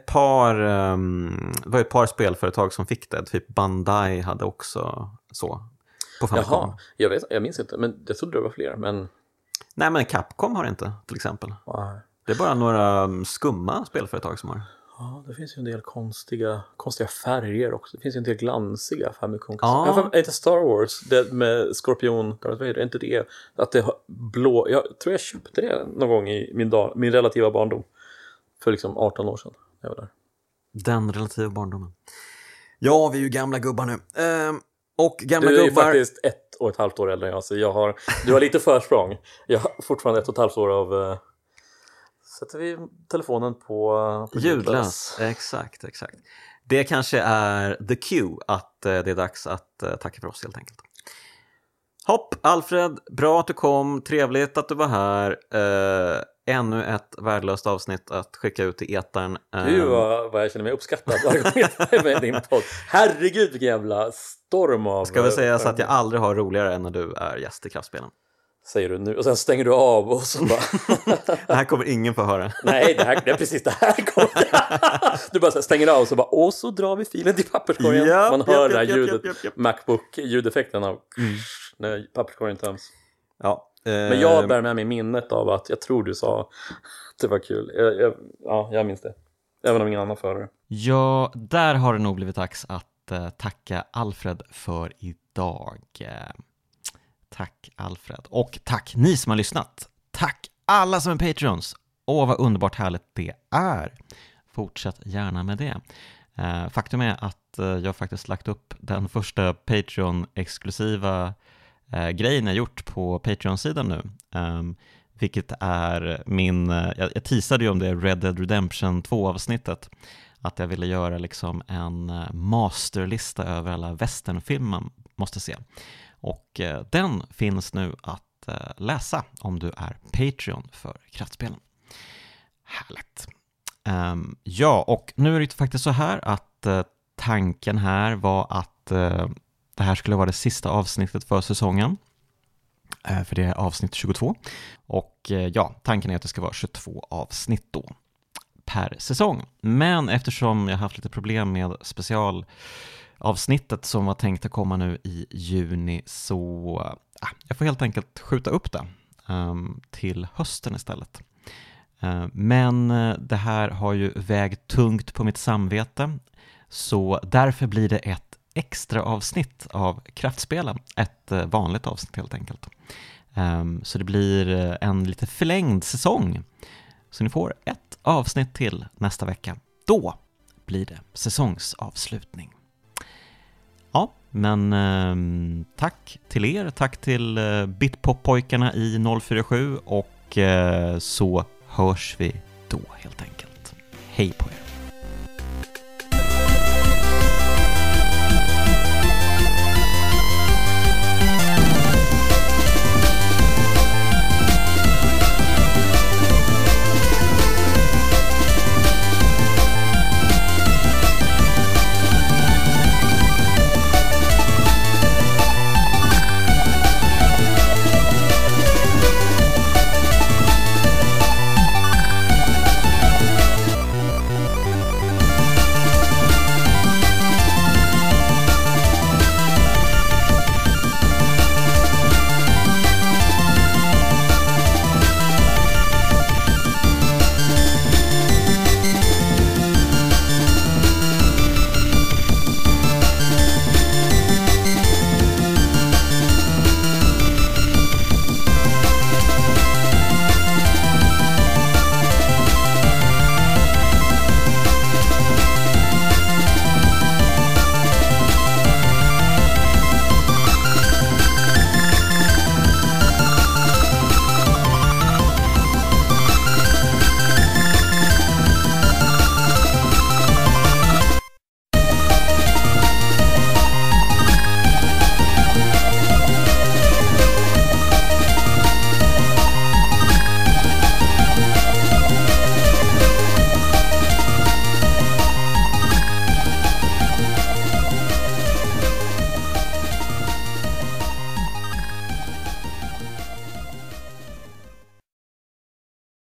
par spelföretag som fick det. Typ Bandai hade också så på Famicom. Jaha, jag minns inte, men jag trodde det var fler. Men... Nej, men Capcom har inte till exempel. Wow. Det är bara några skumma spelföretag som har. Ja, det finns ju en del konstiga färger också. Det finns ju en del glansiga Famicom. Ja. Är inte Star Wars det med Skorpion Darth Vader? Är inte det att det har blå... Jag tror jag köpte det någon gång i min relativa barndom. För liksom 18 år sedan. Jag var där. Den relativa barndomen. Ja, vi är ju gamla gubbar nu. Och gamla du är gubbar... ju faktiskt 1,5 år äldre än jag. Så du har lite försprång. Jag har fortfarande 1,5 år av... Sätter vi telefonen på ljudlös. Exakt. Det kanske är the cue att det är dags att tacka för oss helt enkelt. Hopp, Alfred, bra att du kom. Trevligt att du var här. Ännu ett värdelöst avsnitt att skicka ut i etern. Gud vad jag känner mig uppskattad varje gång jag är med i din podd. Herregud vilken jävla storm av... Ska vi säga så att jag aldrig har roligare än när du är gäst i Kraftspelen. Säger du nu. Och sen stänger du av och så bara... Det här kommer ingen få höra. Nej, det är precis det här kommer. Du bara stänger av och så bara... Och så drar vi filen till papperskorgen. Man hör det här ljudet. Macbook-ljudeffekten av... När papperskorgen töms. Ja. Men jag bär med mig minnet av att jag tror du sa att det var kul. Jag minns det. Även om ingen annan förare. Ja, där har det nog blivit dags att tacka Alfred för idag. Tack Alfred. Och tack ni som har lyssnat. Tack alla som är Patreons. Åh, vad underbart härligt det är. Fortsätt gärna med det. Faktum är att jag faktiskt lagt upp den första Patreon-exklusiva grejen jag gjort på Patreon-sidan nu. Vilket är jag teasade ju om det Red Dead Redemption 2-avsnittet. Att jag ville göra liksom en masterlista över alla westernfilmer man måste se. Och den finns nu att läsa om du är Patreon för Kraftspelen. Härligt. Ja, och nu är det faktiskt så här att tanken här var att det här skulle vara det sista avsnittet för säsongen. För det är avsnitt 22. Och tanken är att det ska vara 22 avsnitt då per säsong. Men eftersom jag haft lite problem med specialavsnittet som var tänkt att komma nu i juni så jag får helt enkelt skjuta upp det till hösten istället. Men det här har ju vägt tungt på mitt samvete så därför blir det ett extra avsnitt av Kraftspelen. Ett vanligt avsnitt helt enkelt. Så det blir en lite förlängd säsong. Så ni får ett avsnitt till nästa vecka. Då blir det säsongsavslutning. Ja, men tack till er. Tack till Bitpop-pojkarna i 047 och så hörs vi då helt enkelt. Hej på er.